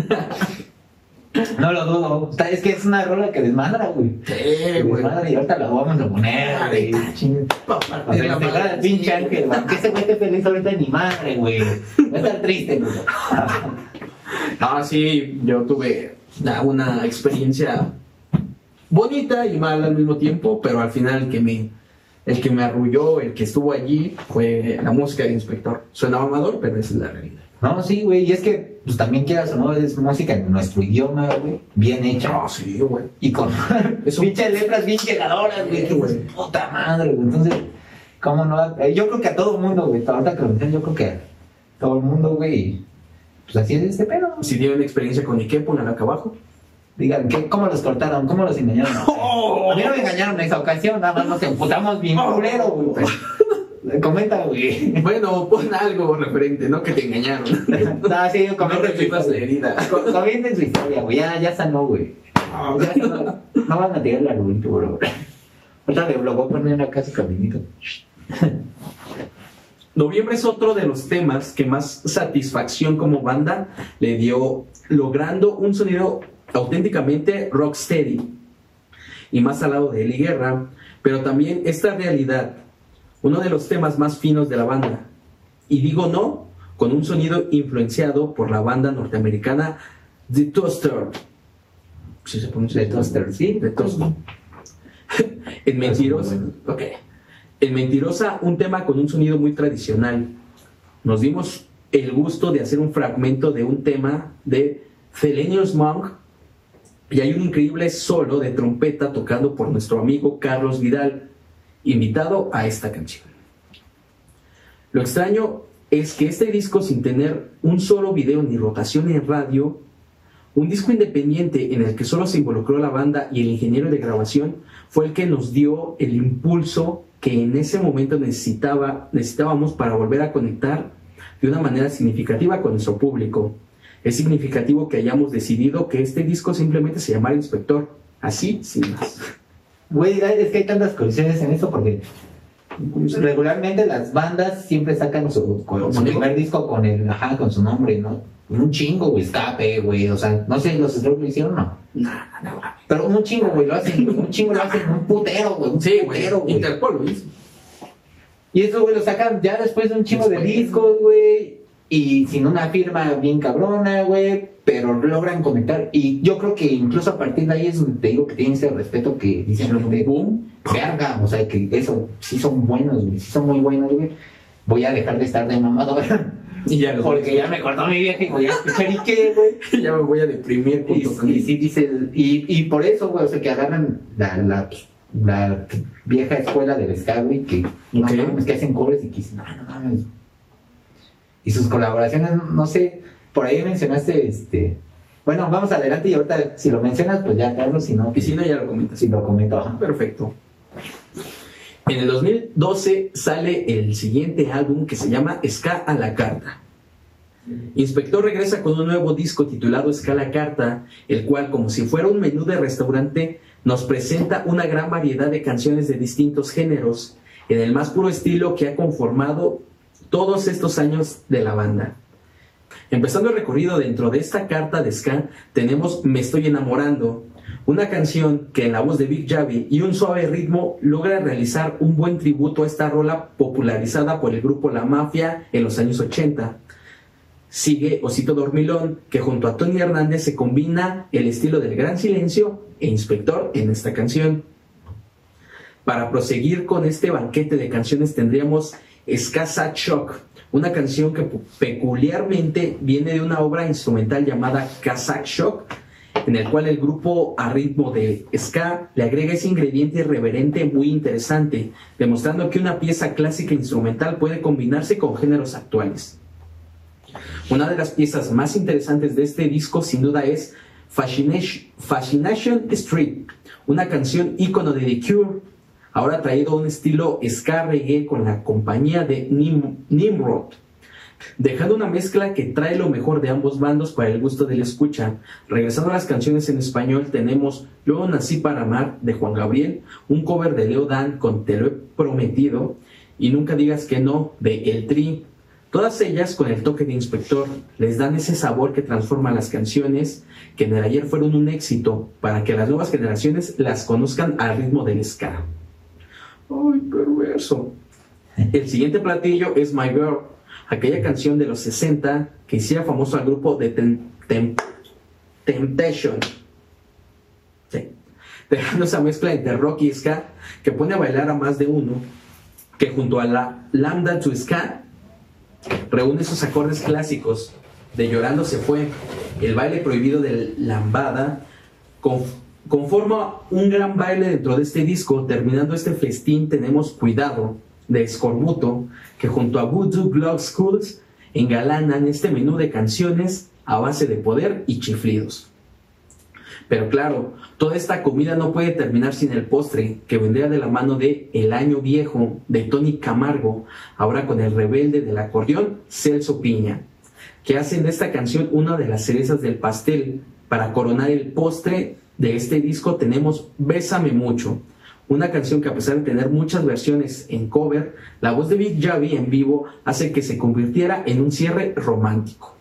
No lo dudo, o sea, es que es una rola que desmadra, güey. Sí, güey. Desmadra y ahorita la vamos a poner, güey. Para festejar al pinche ángel, güey. Que ese güey esté feliz ahorita ni madre, güey. Va a estar triste, güey. Ah, sí, yo tuve una experiencia... bonita y mala al mismo tiempo, pero al final el que me el que me arrulló, el que estuvo allí fue la música de Inspector. Suena amador, pero esa es la realidad. No, sí, güey, y es que pues también quieras o no, es música en nuestro idioma, güey, bien hecha. Ah, sí, güey. Y con Es un- pinches letras bien llegadoras, güey. Sí, güey. Puta madre, güey. Entonces, ¿cómo no? Eh, Yo creo que a todo mundo, güey. Ahorita que lo mencionas, yo creo que a todo el mundo, güey. Pues así es este pedo. Si tienen experiencia con Ike, pónganlo acá abajo. Digan, ¿qué, ¿cómo los cortaron? ¿Cómo los engañaron? Oh. A mí no me engañaron en esa ocasión, nada más nos emputamos bien culero, güey. Pues, comenta, güey. Bueno, pon algo referente, ¿no? Que te engañaron. No, sí, No comenten su repitas la historia. herida. Co- Comenten su historia, güey. Ya, ya sanó, güey. Ya sanó. No van a tirar el arbolito, bro. Ahorita le lo voy a poner acá su caminito. Noviembre es otro de los temas que más satisfacción como banda le dio, logrando un sonido auténticamente rocksteady y más al lado de Eli Guerra, pero también esta realidad, uno de los temas más finos de la banda, y digo no, con un sonido influenciado por la banda norteamericana The Toaster. ¿Sí se pronuncia? The Toaster, sí. The Toaster. En Mentirosa, ok. En Mentirosa, un tema con un sonido muy tradicional. Nos dimos el gusto de hacer un fragmento de un tema de Thelonious Monk y hay un increíble solo de trompeta tocado por nuestro amigo Carlos Vidal, invitado a esta canción. Lo extraño es que este disco, sin tener un solo video ni rotación en radio, un disco independiente en el que solo se involucró la banda y el ingeniero de grabación, fue el que nos dio el impulso que en ese momento necesitaba, necesitábamos para volver a conectar de una manera significativa con nuestro público. Es significativo que hayamos decidido que este disco simplemente se llamara Inspector, así, sin más. Güey, es que hay tantas colisiones en eso porque regularmente las bandas siempre sacan su, con- su primer disco con el, ajá, con su nombre, ¿no? Un chingo, güey, Escape, güey, o sea, no sé, los Strokes lo hicieron, no. Nah, no, mames. Pero un chingo, güey, lo hacen, un chingo lo hacen, un putero, güey, un Sí, güey, putero, güey. Interpol lo hizo. Y eso, güey, lo sacan ya después de un chingo de discos, güey, y sin una firma bien cabrona, güey, pero logran conectar. Y yo creo que incluso a partir de ahí es donde te digo que tienen ese respeto que dicen, gente, Boom. verga, o sea, que eso, sí son buenos, güey, sí son muy buenos, güey. Voy a dejar de estar de mamado, güey. Y ya, lo- Porque ya me cortó mi vieja y voy a escuchar y qué, güey. ya me voy a deprimir Y, junto con y él. sí dice, y, y por eso, güey, o sea, que agarran la, la, la vieja escuela del ska, güey, que no Ok. mames, que hacen covers y que dicen, no, no mames. Y sus colaboraciones, no sé, por ahí mencionaste, este, bueno, vamos adelante y ahorita, si lo mencionas, pues ya, Carlos, si no, Y si no, ya lo comentas. si lo comento, ajá. Perfecto. En el dos mil doce sale el siguiente álbum que se llama Ska a la Carta. Inspector regresa con un nuevo disco titulado Ska a la Carta, el cual, como si fuera un menú de restaurante, nos presenta una gran variedad de canciones de distintos géneros, en el más puro estilo que ha conformado todos estos años de la banda. Empezando el recorrido dentro de esta carta de ska, tenemos Me Estoy Enamorando, una canción que en la voz de Big Javi y un suave ritmo logra realizar un buen tributo a esta rola popularizada por el grupo La Mafia en los años ochenta. Sigue Osito Dormilón, que junto a Tony Hernández se combina el estilo del Gran Silencio e Inspector en esta canción. Para proseguir con este banquete de canciones tendríamos Ska Sad Shock, una canción que peculiarmente viene de una obra instrumental llamada Kazakh Shock, en el cual el grupo a ritmo de ska le agrega ese ingrediente irreverente muy interesante, demostrando que una pieza clásica instrumental puede combinarse con géneros actuales. Una de las piezas más interesantes de este disco sin duda es Fascination, Fascination Street, una canción ícono de The Cure, ahora traído a un estilo ska reggae con la compañía de Nim Nimrod, dejando una mezcla que trae lo mejor de ambos bandos para el gusto del escucha. Regresando a las canciones en español, tenemos Luego Nací para Amar de Juan Gabriel, un cover de Leo Dan con Te lo he prometido, y Nunca digas que no de El Tri. Todas ellas con el toque de Inspector les dan ese sabor que transforma las canciones que en el ayer fueron un éxito para que las nuevas generaciones las conozcan al ritmo del ska. ¡Ay, perverso! El siguiente platillo es My Girl, aquella canción de los sesenta que hiciera famoso al grupo de Tem Tem Temptation. Sí. Dejando esa mezcla entre rock y ska que pone a bailar a más de uno, que junto a la Lambda to Ska reúne esos acordes clásicos de Llorando se fue, el baile prohibido de Lambada, con, conforma un gran baile dentro de este disco. Terminando este festín tenemos Cuidado, de Escorbuto, que junto a Voodoo Glove Schools engalanan este menú de canciones a base de poder y chiflidos. Pero claro, toda esta comida no puede terminar sin el postre, que vendría de la mano de El Año Viejo, de Tony Camargo, ahora con el rebelde del acordeón, Celso Piña, que hacen de esta canción una de las cerezas del pastel. Para coronar el postre de este disco tenemos Bésame Mucho, una canción que, a pesar de tener muchas versiones en cover, la voz de Big Javi en vivo hace que se convirtiera en un cierre romántico.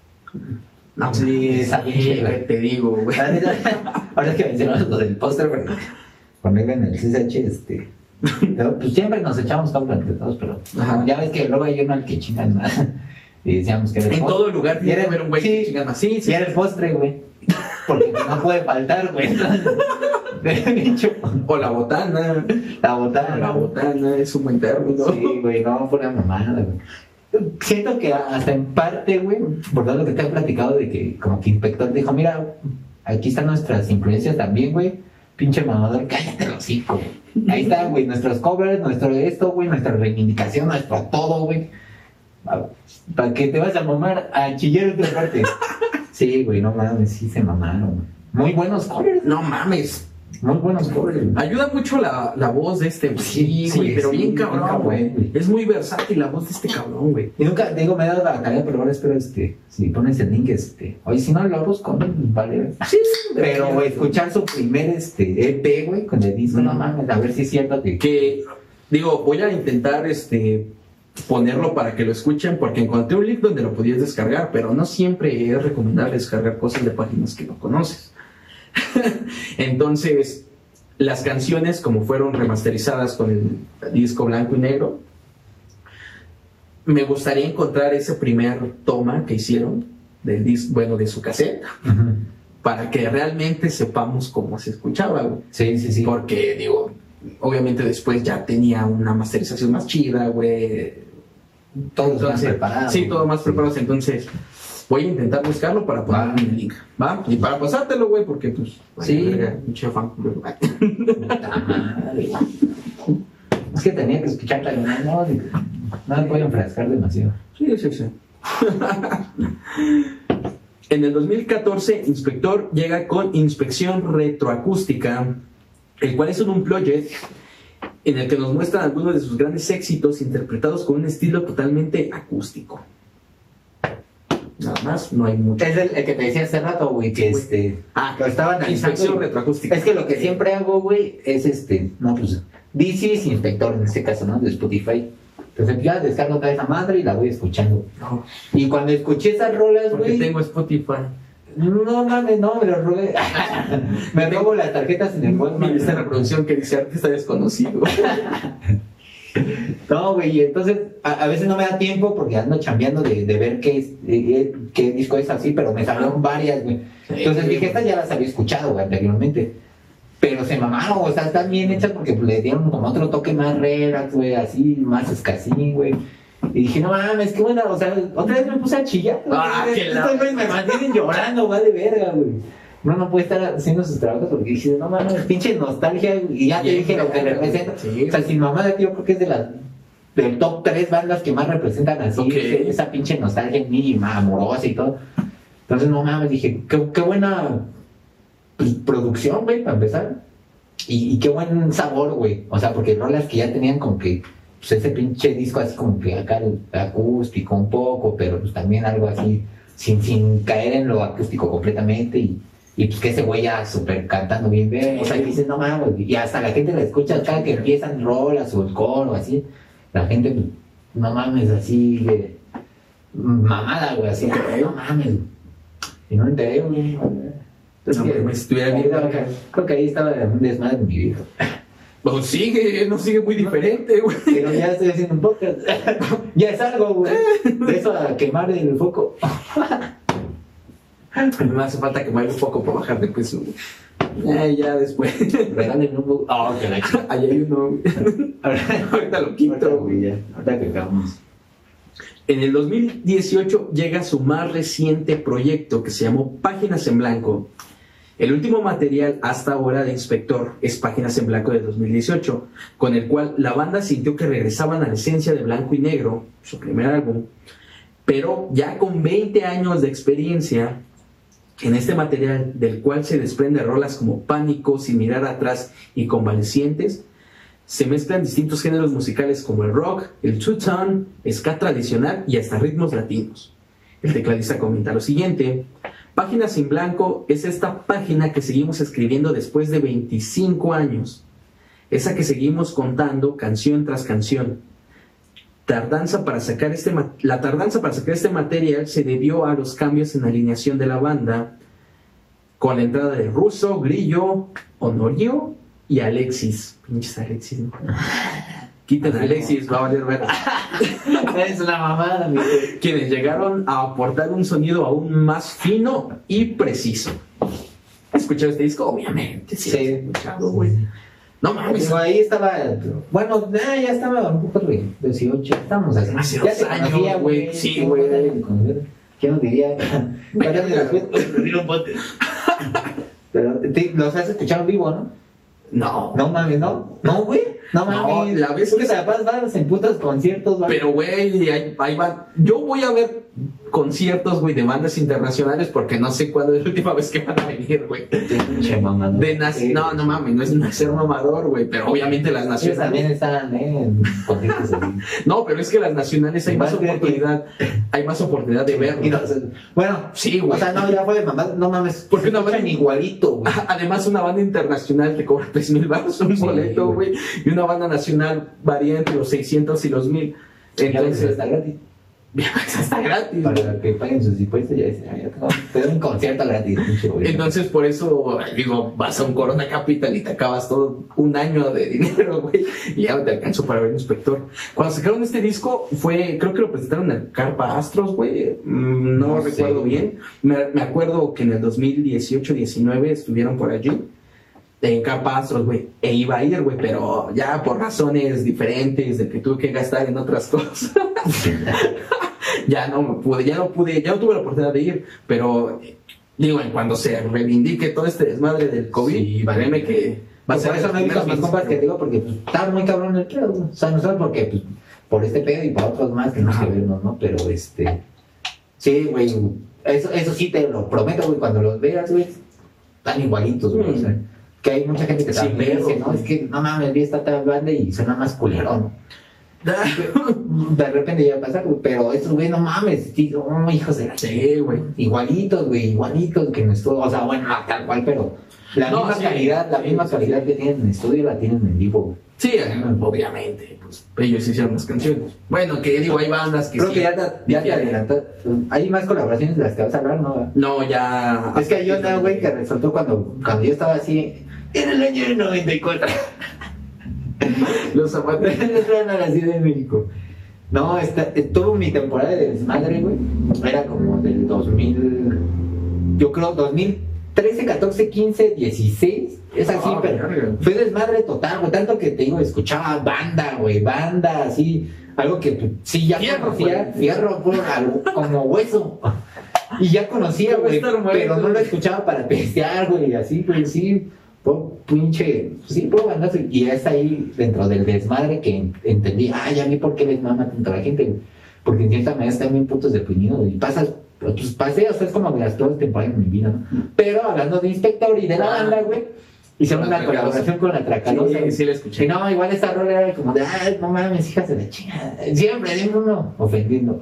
No, Sí, esa sí, pinche, güey, te digo, güey. Ahora que mencionamos lo del póster, porque conmigo en el C C H, este. pero, pues siempre nos echamos cambio entre todos, pero Ajá. ya ves que luego hay uno al que chingan más. Y decíamos que era el En postre. todo lugar tiene Y era- que haber un güey sí, que chinga más. Sí, sí. Y era el postre, güey. Porque no puede faltar, güey. De hecho, O la botana. la botana. La botana es un buen término. Sí, güey, no, fue una mamada, güey. Siento que hasta en parte, güey, por todo lo que te he platicado de que como que Inspector dijo, mira, aquí están nuestras influencias también, güey. Pinche mamador, cállate el hocico, güey. Ahí están, güey, nuestros covers, nuestro esto, güey, nuestra reivindicación, nuestro todo, güey. Para que te vas a mamar a chillar otra parte. Sí, güey, no mames, sí se mamaron, güey. Muy buenos covers, No mames. muy buenos covers, güey. Ayuda mucho la, la voz de este, güey. Sí, Sí, güey, pero sí, bien bien cabrón, cabrón, güey. güey. Es muy versátil la voz de este cabrón, güey. Y nunca, digo, me he dado la tarea, pero ahora espero, este, si pones el link, este, oye, si no lo busco, vale. Sí, Pero, güey, escuchar su primer, este, E P, güey, con el disco, no Mm. mames, a ver si es cierto que... Que, digo, voy a intentar, este, ponerlo para que lo escuchen, porque encontré un link donde lo podías descargar, pero no siempre es recomendable descargar cosas de páginas que no conoces. Entonces, las canciones, como fueron remasterizadas con el disco blanco y negro, me gustaría encontrar ese primer toma que hicieron del disco, bueno, de su cassette, Ujú. para que realmente sepamos cómo se escuchaba, güey. Sí, sí, sí. Porque, digo, obviamente después ya tenía una masterización más chida, güey. Todos más Entonces, preparados. sí, todo más preparado. Entonces, voy a intentar buscarlo para poner Va. el link, ¿va? Y para pasártelo, güey, porque, pues, Sí. vale, verga, pinche fan. Puta madre. Es que tenía que escuchar la no, no, no me puedo enfrascar demasiado. Sí, sí, sí. En el dos mil catorce, Inspector llega con Inspección Retroacústica, el cual es un unplugged en el que nos muestran algunos de sus grandes éxitos interpretados con un estilo totalmente acústico. Nada más, no hay mucho. Es el, el que te decía hace rato, güey, que Güey. este... Ah, lo estaba analizando. Inspección Retroacústica. Es que lo que siempre hago, güey, es este... No, pues... D C es Inspector, en este caso, ¿no? De Spotify. Entonces ya descargo toda esa madre y la voy escuchando. No, Y cuando escuché esas rolas, porque güey... tengo Spotify. No mames, no, me lo robé. Me robo las tarjetas en el Mi Walmart. lista de reproducción que dice artista desconocido. No, güey, y entonces a, a veces no me da tiempo porque ando chambeando de, de ver qué, es, eh, qué disco es así, pero me salieron varias, güey. Entonces dije, estas ya las había escuchado, güey, anteriormente. Pero se mamaron, o sea, están bien hechas porque pues, le dieron como otro toque más relax, güey, así, más escasín, güey. Y dije, no mames, qué buena, o sea, otra vez me puse a chillar. güey. Ah, qué la- Estos güeyes me mantienen llorando, va de verga, güey. Uno no puede estar haciendo sus trabajos porque dije, no mames, pinche nostalgia, güey, y ya te Bien, dije lo que verga, representa. sí. O sea, sin mamada, yo creo que es de las del top tres bandas que más representan así, Ok. ese- esa pinche nostalgia mínima, amorosa y todo. Entonces, no mames, dije, qué, qué buena pues, producción, güey, para empezar. Y, y qué buen sabor, güey. O sea, porque rolas que ya tenían como que, pues ese pinche disco así como que acá acústico un poco, pero pues también algo así, sin, sin caer en lo acústico completamente. Y, y pues que ese güey ya súper cantando bien, bien. O sea, y dices, no mames, y hasta la gente la escucha acá que empiezan rolas o el coro, así. La gente, pues, no mames, así, de mamada, güey, así, no mames. Y no me enteré, güey. Entonces, No, que- pues, estuviera bien. creo que- creo que ahí estaba un desmadre en mi vida. Pues sigue, no sigue muy diferente, güey. Pero ya estoy haciendo un podcast. Ya es algo, güey. De eso a quemar el foco. A mí me hace falta quemar un poco para bajar de peso, güey. Eh, ya después. Regálenme un poco. Ah, que la Ahí hay uno, güey. Ahora- Ahorita lo quito, güey. ya. Ahorita que acabamos. En el dos mil dieciocho llega su más reciente proyecto que se llamó Páginas en Blanco. El último material hasta ahora de Inspector es Páginas en Blanco de dos mil dieciocho, con el cual la banda sintió que regresaban a la esencia de Blanco y Negro, su primer álbum, pero ya con veinte años de experiencia en este material, del cual se desprende rolas como Pánico, Sin Mirar Atrás y Convalecientes, se mezclan distintos géneros musicales como el rock, el two-tone, ska tradicional y hasta ritmos latinos. El tecladista comenta lo siguiente: Páginas en Blanco es esta página que seguimos escribiendo después de veinticinco años, esa que seguimos contando canción tras canción. Tardanza para sacar este la tardanza para sacar este material se debió a los cambios en la alineación de la banda, con la entrada de Russo, Grillo, Honorio y Alexis. Pinches Alexis, ¿no? Quiten a Alexis, va a valer ver. Es una mamada, mi güey. Quienes llegaron a aportar un sonido aún más fino y preciso. ¿Has escuchado este disco? Obviamente, sí. Sí. Lo he escuchado, güey. No mames. Digo, ahí estaba, bueno, ya, ya estaba un poco de dieciocho, estamos así. Hace ya dos te años, conocía, güey. Sí, güey. ¿Quién nos diría? Pero te- los has escuchado en vivo, ¿no? No. No mames, ¿no? No, güey. No mames. No, la vez que que te la pasas vas en putos conciertos, ¿vale? Pero, güey, ahí, ahí va. Yo voy a ver conciertos, güey, de bandas internacionales porque no sé cuándo es la última vez que van a venir, güey. Pinche mamador. De nas- no, no mames, no es nacer mamador, güey, pero obviamente las Ellos también nacionales. están, ¿eh? En conciertos así. No, pero es que las nacionales hay más Igual que- oportunidad, hay más oportunidad de Y no, verlo. o sea, bueno, Sí, güey. o sea, no, ya fue de mamá, no mames. Porque una escuchan banda- igualito, güey. Además, una banda internacional te cobra tres mil baros un Sí, boleto, güey. güey, y una banda nacional varía entre los seiscientos y los mil. Entonces Entonces, está gratis. está gratis. güey. Para que paguen sus impuestos, ya dicen, "Ay, ya tengo- te doy un concierto gratis, pinche güey". Entonces, por eso, digo, vas a un Corona Capital y te acabas todo un año de dinero, güey, y ya no te alcanzó para ver Inspector. Cuando sacaron este disco, fue, creo que lo presentaron en Carpa Astros, güey, mm, no, No recuerdo sé. bien. Me, me acuerdo que en el dos mil dieciocho diecinueve estuvieron por allí, en Carpa Astros, güey, e iba a ir, güey, pero ya por razones diferentes, de que tuve que gastar en otras cosas. Ya no me pude, ya no pude, ya no tuve la oportunidad de ir, pero eh, digo, en cuando se reivindique todo este desmadre del COVID, Sí, vale. créeme que va a Por ser eso no he visto a mis compas que digo, porque pues, estaba muy cabrón el pedo, güey. O sea, no solo porque, pues, por este pedo y por otros más que no sé Ajá. vernos, ¿no? Pero este. Sí, güey. Eso, eso sí te lo prometo, güey. Cuando los veas, güey, están igualitos, güey. Mm. O sea, que hay mucha gente que Sí, también pero, dice, no, güey. es que no mames, vi esta tal banda y suena más culero, ¿no? De repente ya pasa, güey, pero estos, güey, no mames, tío, oh, hijos de la Sí, güey. igualitos, güey, igualitos que en estudio, o sea, bueno, no tal cual, pero la No, misma sí, calidad, la sí, misma sí, calidad sí. que tienen en estudio la tienen en vivo, güey. Sí, eh, obviamente, pues ellos hicieron las canciones. Bueno, que digo, hay bandas que Creo sí que ya te, ya te difieren. adelantó. Hay más colaboraciones de las que vas a hablar, ¿no? No, ya. Es que hay una, güey, que resultó cuando, cuando yo estaba así, en el año noventa y cuatro. Los zapatos. Entraron a la Ciudad de México. No, esta, tuvo mi temporada de desmadre, güey. Era como del dos mil, yo creo, dos mil trece, catorce, quince, dieciséis. Es así, Ah, pero verga. fue desmadre total, güey. Tanto que te digo, escuchaba banda, güey, banda, así. Algo que pues, sí ya Fierro, conocía, güey. fierro, puro, algo, como hueso. Y ya conocía, Como güey, estar muerto, pero no lo güey. escuchaba para testear, güey, así, güey, sí. Puro pinche, sí, puro bandazo. Y es ahí dentro del desmadre que entendí, ah, ya vi por qué les mama tanto a la gente, güey. Porque en cierta manera están bien putos deprimidos, güey. Y pasas, pues pasé, o sea, es como de las peores temporadas de mi vida, ¿no? Pero hablando de Inspector y de la banda, güey, hicieron una Atracalosa. colaboración con la Tracalosa. Sí, sí la escuché. Y no, igual esta rola era como de, ay, no mames, hijas de la chingada. Siempre dime uno ofendiendo.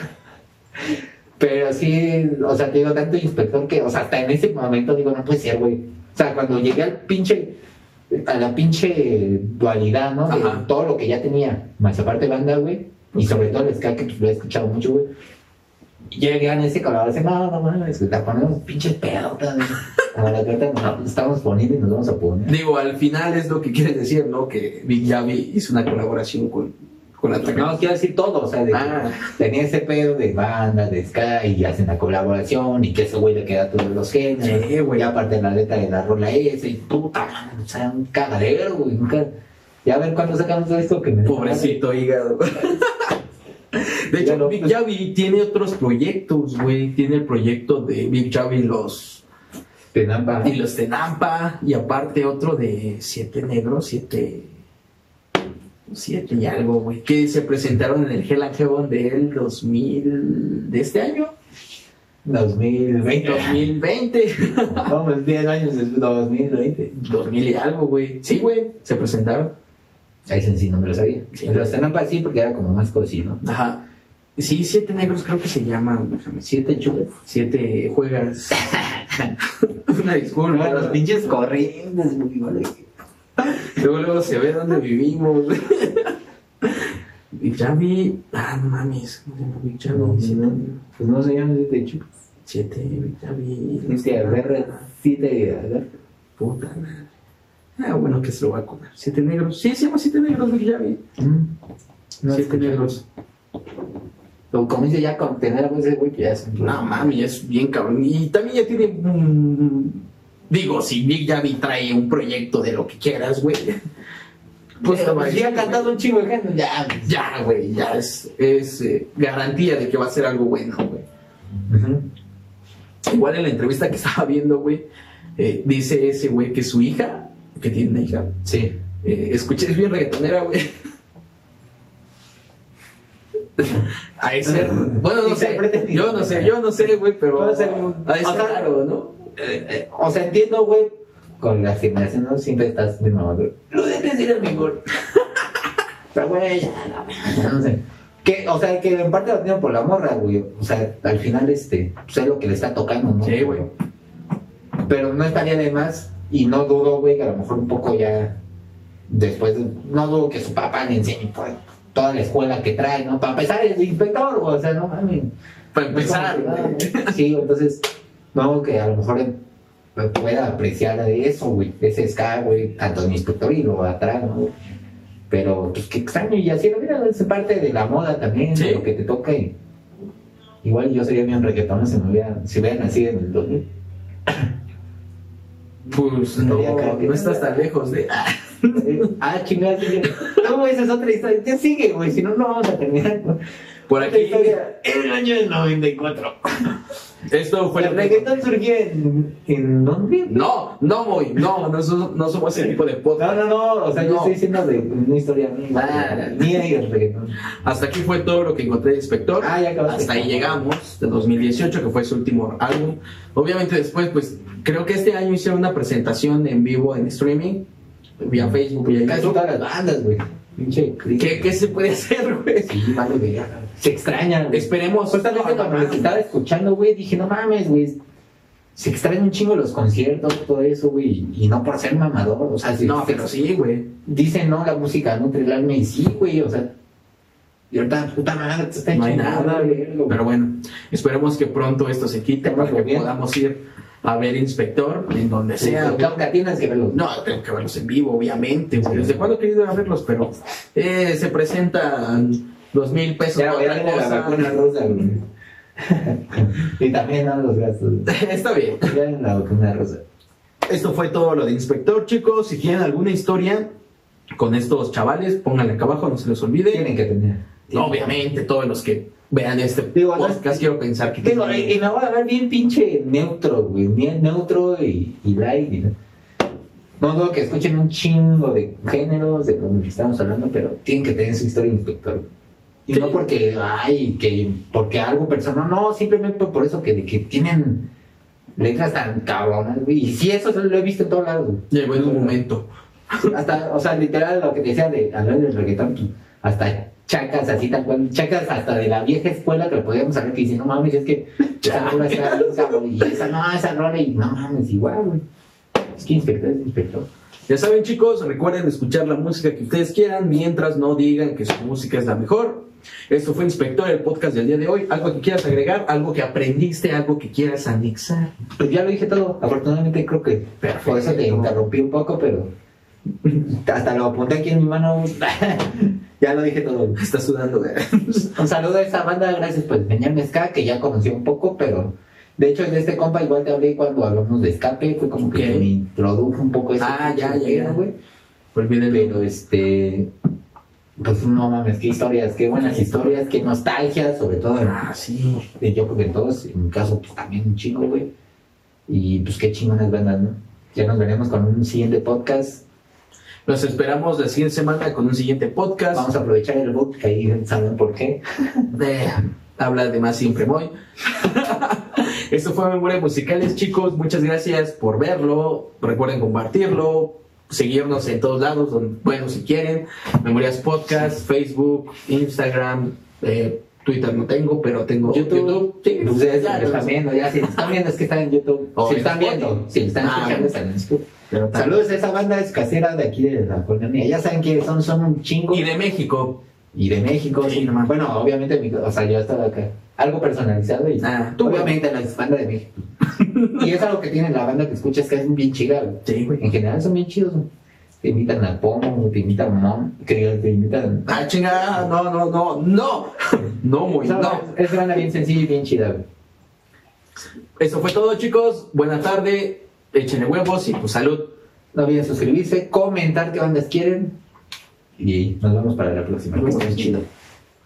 Pero sí, o sea, te digo, tanto Inspector que, o sea, hasta en ese momento digo, no puede ser, güey. O sea, cuando llegué al pinche, a la pinche dualidad, ¿no? De Ajá. todo lo que ya tenía, más aparte banda, güey, y sobre todo el ska, que pues, lo he escuchado mucho, güey. Y llegan ese colaboración, no, no mames, güey, te ponemos pinches pedotas, güey. Como la que ahorita nos estamos poniendo y nos vamos a poner. Digo, al final es lo que quiere decir, ¿no? Que Big Javi hizo una colaboración con, con la Tracalosa. No, quiero decir todo, o sea, de que Ah. tenía ese pedo de banda, de ska, y hacen la colaboración, y que ese güey le queda a todos los géneros, Sí, güey. y aparte la letra de la rola esa, y puta, man, o sea, un cagadero, güey, nunca, ya a ver cuándo sacamos esto que me... Pobrecito hígado. De hecho, Pero, Big pues- Javi tiene otros proyectos, güey. Tiene el proyecto de Big Javi y los, Tenampa. y los de Nampa. Y aparte otro de Siete Negros, Siete... Siete y algo, güey. Que se presentaron en el Hell and Heaven del dos mil... ¿De este año? dos mil veinte. dos mil veinte. Vamos, diez años desde dos mil veinte. dos mil y algo, güey. Sí, güey. Se presentaron. Ahí sí no me lo sabía. Sí. Los Tenampa sí, porque era como más conocido, ¿no? Ajá. Sí, Siete Negros creo que se llama. Déjame. Siete chulos. Siete juegas. Una disculpa. Los pinches corrientes, güey, vale. Luego, luego se ve dónde vivimos. Big Javi. Ah, no mames. ¿Cómo se llama Big Javi? No, Siete, no, pues no se llama Siete chulos. siete Big Javi. Siete agarra, siete agarra. Puta madre. Ah, bueno, que se lo va a comer. Siete Negros. Sí, se llama Siete Negros, Big Javi. Mm. No Siete escuché. Negros. O como dice ya con tener a ese güey que ya es un No mami, es bien cabrón. Y también ya tiene. mm, digo, si Big Javi trae un proyecto de lo que quieras, güey. Pues, Pero, lo va a pues, sí decir, ha cantado un chingo de gente, ya. güey. Ya, güey, ya es, es eh, garantía de que va a ser algo bueno, güey. Ujú. Igual en la entrevista que estaba viendo, güey, eh, dice ese güey que su hija, que tiene una hija, Sí. eh, escuché, es bien reggaetonera, güey. A ese, bueno, no sé, Interpreten, yo no sé, yo no sé, güey, pero Puede ser- a ese o sea, raro, ¿no? Eh, eh, o sea, entiendo, güey, con la afirmación, ¿no? Siempre estás de mamador. Lo de decir el mejor. Pero, güey, ya, no, no sé. Que, o sea, que en parte lo entiendo por la morra, güey. O sea, al final, este, pues es lo que le está tocando, ¿no? Sí, güey. Pero no estaría de más, y no dudo, güey, que a lo mejor un poco ya después, de- no dudo que su papá le enseñe pues, toda la escuela que trae, ¿no? Para empezar, el inspector, güey, o sea, no mames. Para empezar, güey. Sí, entonces, no, que a lo mejor eh, pueda apreciar de eso, güey, ese ska, güey, tanto en mi inspector y lo atrás, ¿no? Pero, pues, qué extraño, y así, mira, es parte de la moda también, Sí. de lo que te toca, y igual yo sería bien reggaetón si me hubiera, si hubiera nacido en el dos mil. Pues no, Estaría acá, no estás tan lejos de. Ah, chingada, sí, no, esa es otra historia, ya sigue, güey, si no, no vamos a terminar, güey. Por Otra aquí, historia, en el año del noventa y cuatro. esto fue El lo que- reggaetón surgió en, ¿en dónde? No, no, voy, no, no, so- no somos ese tipo de No, podcast. no, no, o sea, yo No. estoy diciendo de una historia Ah. mía, mía y el reggaetón. Hasta aquí fue todo lo que encontré de Inspector. Ah, ya acabaste. Hasta ahí llegamos, de dos mil dieciocho, que fue su último álbum. Obviamente después, pues, creo que este año hicieron una presentación en vivo en streaming, vía Facebook, vía Casi YouTube. todas las bandas, güey. Pinche ¿Qué, ¿Qué se puede hacer, güey? Sí, vale, güey. Se extraña, güey. Esperemos. Justamente No, cuando no, los no. estaba escuchando, güey, dije, no mames, güey. Se extrañan un chingo los conciertos, todo eso, güey. Y no por ser mamador, o sea, si No, se- pero sí, güey. dicen, no, la música nutre el alma y sí, güey, o sea. Y ahorita, puta madre, te está No hay echando nada, madre, güey. güey. Pero bueno, esperemos que pronto esto se quite Estamos para que bien. podamos ir a ver Inspector en donde Sí, sea. pero güey. claro que tienes que verlo. No, tengo que verlos en vivo, obviamente, güey. ¿Desde cuándo he querido ir a verlos? Pero eh, se presentan dos mil pesos. Ya, por voy a otra darle la cosa. vacuna rosa, güey. Y también a los gastos. Está bien. Ya en la vacuna rosa. Esto fue todo lo de Inspector, chicos. Si tienen alguna historia con estos chavales, pónganla acá abajo, no se les olvide. Tienen que tener. Obviamente, todos los que vean este Digo, podcast, ¿no? quiero pensar que Digo, tienen- y, y me voy a ver bien pinche neutro, güey. Bien neutro y, y light. y- no dudo que escuchen un chingo de géneros de los que estamos hablando, pero tienen que tener su historia de inspector. Y Sí. no porque, ay, que porque algo personal, no, simplemente por eso que, de que tienen letras tan cabronas, güey. Y sí, eso lo he visto en todos lados, güey. Llegó en un momento. Hasta, o sea, literal, lo que te decía de hablar del reggaetón, pues, hasta chacas así tal cual, chacas hasta de la vieja escuela que lo podíamos saber que dicen, no mames, es que esa rola está bien cabrón, y esa no, esa rola, y no mames, igual, güey. Es que inspector es inspector. Ya saben, chicos, recuerden escuchar la música que ustedes quieran mientras no digan que su música es la mejor. Esto fue Inspector, el podcast del día de hoy. ¿Algo que quieras agregar? ¿Algo que aprendiste? ¿Algo que quieras anexar? Pues ya lo dije todo, afortunadamente creo que por eso te interrumpí un poco, pero hasta lo apunté aquí en mi mano. Ya lo dije todo. Está sudando, güey. Un saludo a esa banda, gracias por enseñarme ska, que ya conocí un poco, pero de hecho de este compa igual te hablé cuando hablamos de escape, fue como que Ok. me introdujo un poco ese Ah, ya, ya, pedo, ya. güey. Olvídenlo. Pero este, pues no mames, qué historias, qué buenas historias, qué nostalgia, sobre todo. Ah, sí. En, yo creo que en todos, en mi caso, pues también un chingo, güey. Y pues qué chingonas bandas, ¿no? Ya nos veremos con un siguiente podcast. Nos esperamos la siguiente semana con un siguiente podcast. Vamos a aprovechar el book, que ahí saben por qué. Eh, habla de más siempre muy. Esto fue Memorias Musicales, chicos. Muchas gracias por verlo. Recuerden compartirlo, seguirnos en todos lados, donde, bueno, si quieren. Memorias Podcast, Facebook, Instagram, eh, Twitter no tengo, pero tengo YouTube. YouTube. Sí, Ustedes ya, lo están no, viendo, ya si están viendo es que están en YouTube. O si en están Spotify. viendo, si están Ah, escuchando, están en YouTube. pero tal- Saludos a esa banda, es casera de aquí de la colonia. Ya saben quiénes son, son un chingo. Y de México. Y de México, Sí, sí. nomás. Bueno, obviamente, mi- o sea, yo estaba acá. Algo personalizado y Ah, tú, obviamente la banda de México. Y es algo que tiene la banda que escuchas que es bien chida, güey. Sí, güey. En general son bien chidos, güey. Te invitan a Pomo, te invitan a Mom, que te invitan. Ah, chingada, no, no, no, no. No, muy, No, no. es banda bien sencilla y bien chida, güey. Eso fue todo, chicos. Buena tarde. Échenle huevos y pues salud. No olviden suscribirse, comentar qué bandas quieren. Y nos vemos para la próxima. Que estén chido.